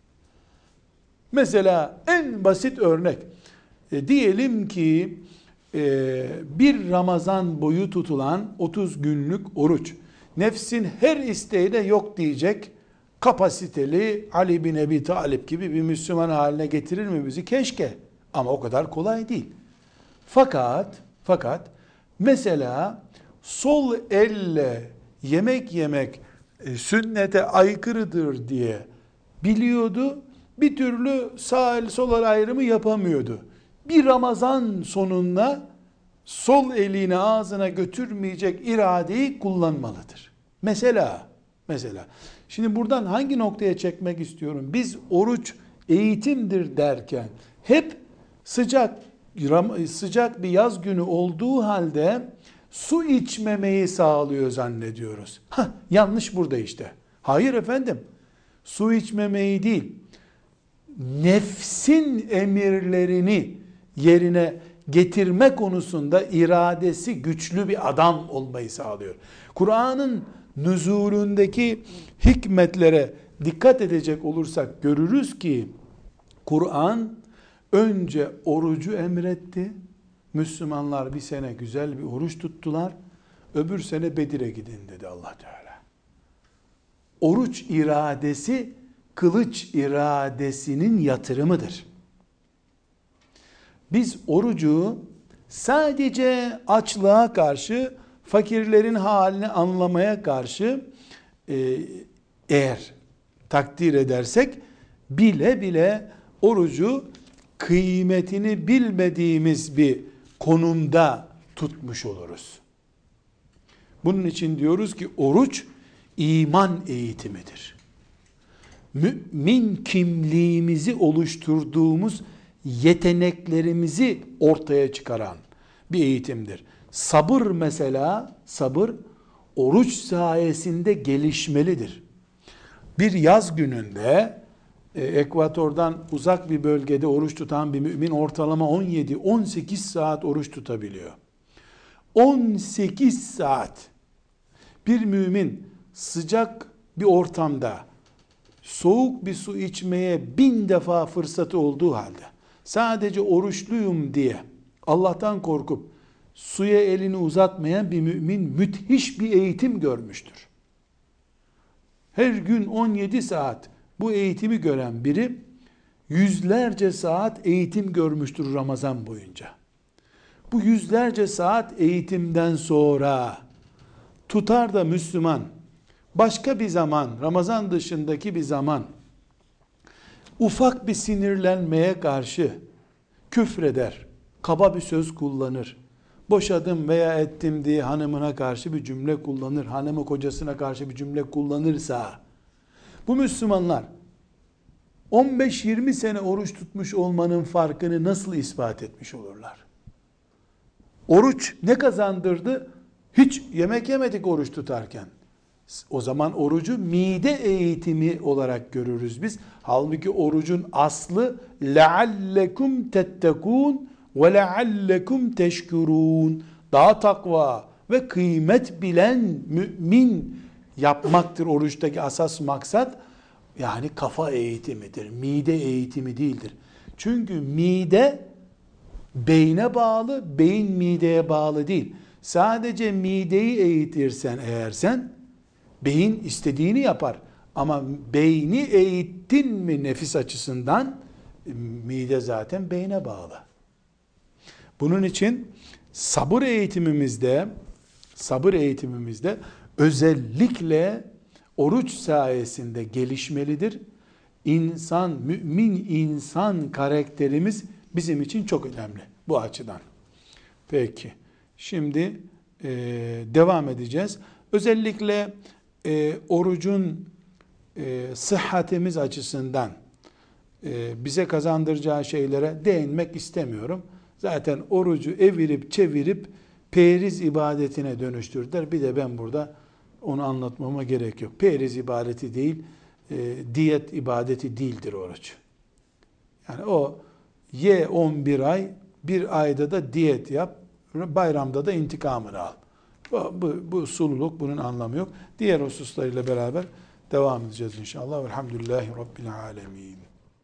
Mesela en basit örnek, diyelim ki bir Ramazan boyu tutulan 30 günlük oruç, nefsin her isteğine yok diyecek kapasiteli Ali bin Ebi Talib gibi bir Müslüman haline getirir mi bizi? Keşke. Ama o kadar kolay değil. Fakat mesela sol elle yemek yemek sünnete aykırıdır diye biliyordu. Bir türlü sağ el sol el ayrımı yapamıyordu. Bir Ramazan sonunda sol elini ağzına götürmeyecek iradeyi kullanmalıdır. Mesela şimdi buradan hangi noktaya çekmek istiyorum? Biz oruç eğitimdir derken hep sıcak bir yaz günü olduğu halde su içmemeyi sağlıyor zannediyoruz. Yanlış burada işte. Hayır efendim. Su içmemeyi değil, nefsin emirlerini yerine getirme konusunda iradesi güçlü bir adam olmayı sağlıyor. Kur'an'ın nüzulündeki hikmetlere dikkat edecek olursak görürüz ki Kur'an önce orucu emretti. Müslümanlar bir sene güzel bir oruç tuttular. Öbür sene Bedir'e gidin dedi Allah Teala. Oruç iradesi kılıç iradesinin yatırımıdır. Biz orucu sadece açlığa karşı, fakirlerin halini anlamaya karşı eğer takdir edersek bile bile orucu kıymetini bilmediğimiz bir konumda tutmuş oluruz. Bunun için diyoruz ki oruç iman eğitimidir. Mümin kimliğimizi oluşturduğumuz yeteneklerimizi ortaya çıkaran bir eğitimdir. Sabır mesela, sabır oruç sayesinde gelişmelidir. Bir yaz gününde ekvatordan uzak bir bölgede oruç tutan bir mümin ortalama 17-18 saat oruç tutabiliyor. 18 saat bir mümin sıcak bir ortamda soğuk bir su içmeye 1000 defa fırsatı olduğu halde sadece oruçluyum diye Allah'tan korkup suya elini uzatmayan bir mümin müthiş bir eğitim görmüştür. Her gün 17 saat bu eğitimi gören biri yüzlerce saat eğitim görmüştür Ramazan boyunca. Bu yüzlerce saat eğitimden sonra tutar da Müslüman başka bir zaman, Ramazan dışındaki bir zaman ufak bir sinirlenmeye karşı küfreder, kaba bir söz kullanır, boşadım veya ettim diye hanımına karşı bir cümle kullanır, hanımı kocasına karşı bir cümle kullanırsa, bu Müslümanlar 15-20 sene oruç tutmuş olmanın farkını nasıl ispat etmiş olurlar? Oruç ne kazandırdı? Hiç yemek yemedik oruç tutarken. O zaman orucu mide eğitimi olarak görürüz biz. Halbuki orucun aslı لَعَلَّكُمْ تَتَّقُونَ وَلَعَلَّكُمْ تَشْكُرُونَ. Daha takva ve kıymet bilen mümin yapmaktır oruçtaki asas maksat. Yani kafa eğitimidir. Mide eğitimi değildir. Çünkü mide beyne bağlı, beyin mideye bağlı değil. Sadece mideyi eğitirsen eğer sen, beyin istediğini yapar. Ama beyni eğittin mi nefis açısından, mide zaten beyne bağlı. Bunun için sabır eğitimimizde özellikle oruç sayesinde gelişmelidir. Mümin insan karakterimiz bizim için çok önemli bu açıdan. Peki, şimdi devam edeceğiz. Özellikle orucun sıhhatimiz açısından bize kazandıracağı şeylere değinmek istemiyorum. Zaten orucu evirip çevirip periz ibadetine dönüştürdüler. Bir de ben burada onu anlatmama gerek yok. Periz ibadeti değil, diyet ibadeti değildir oruç. Yani o ye 11 ay, bir ayda da diyet yap, bayramda da intikamını al. Bu sululuk, bunun anlamı yok. Diğer hususlarıyla beraber devam edeceğiz inşallah. Velhamdülillahi Rabbil alemin.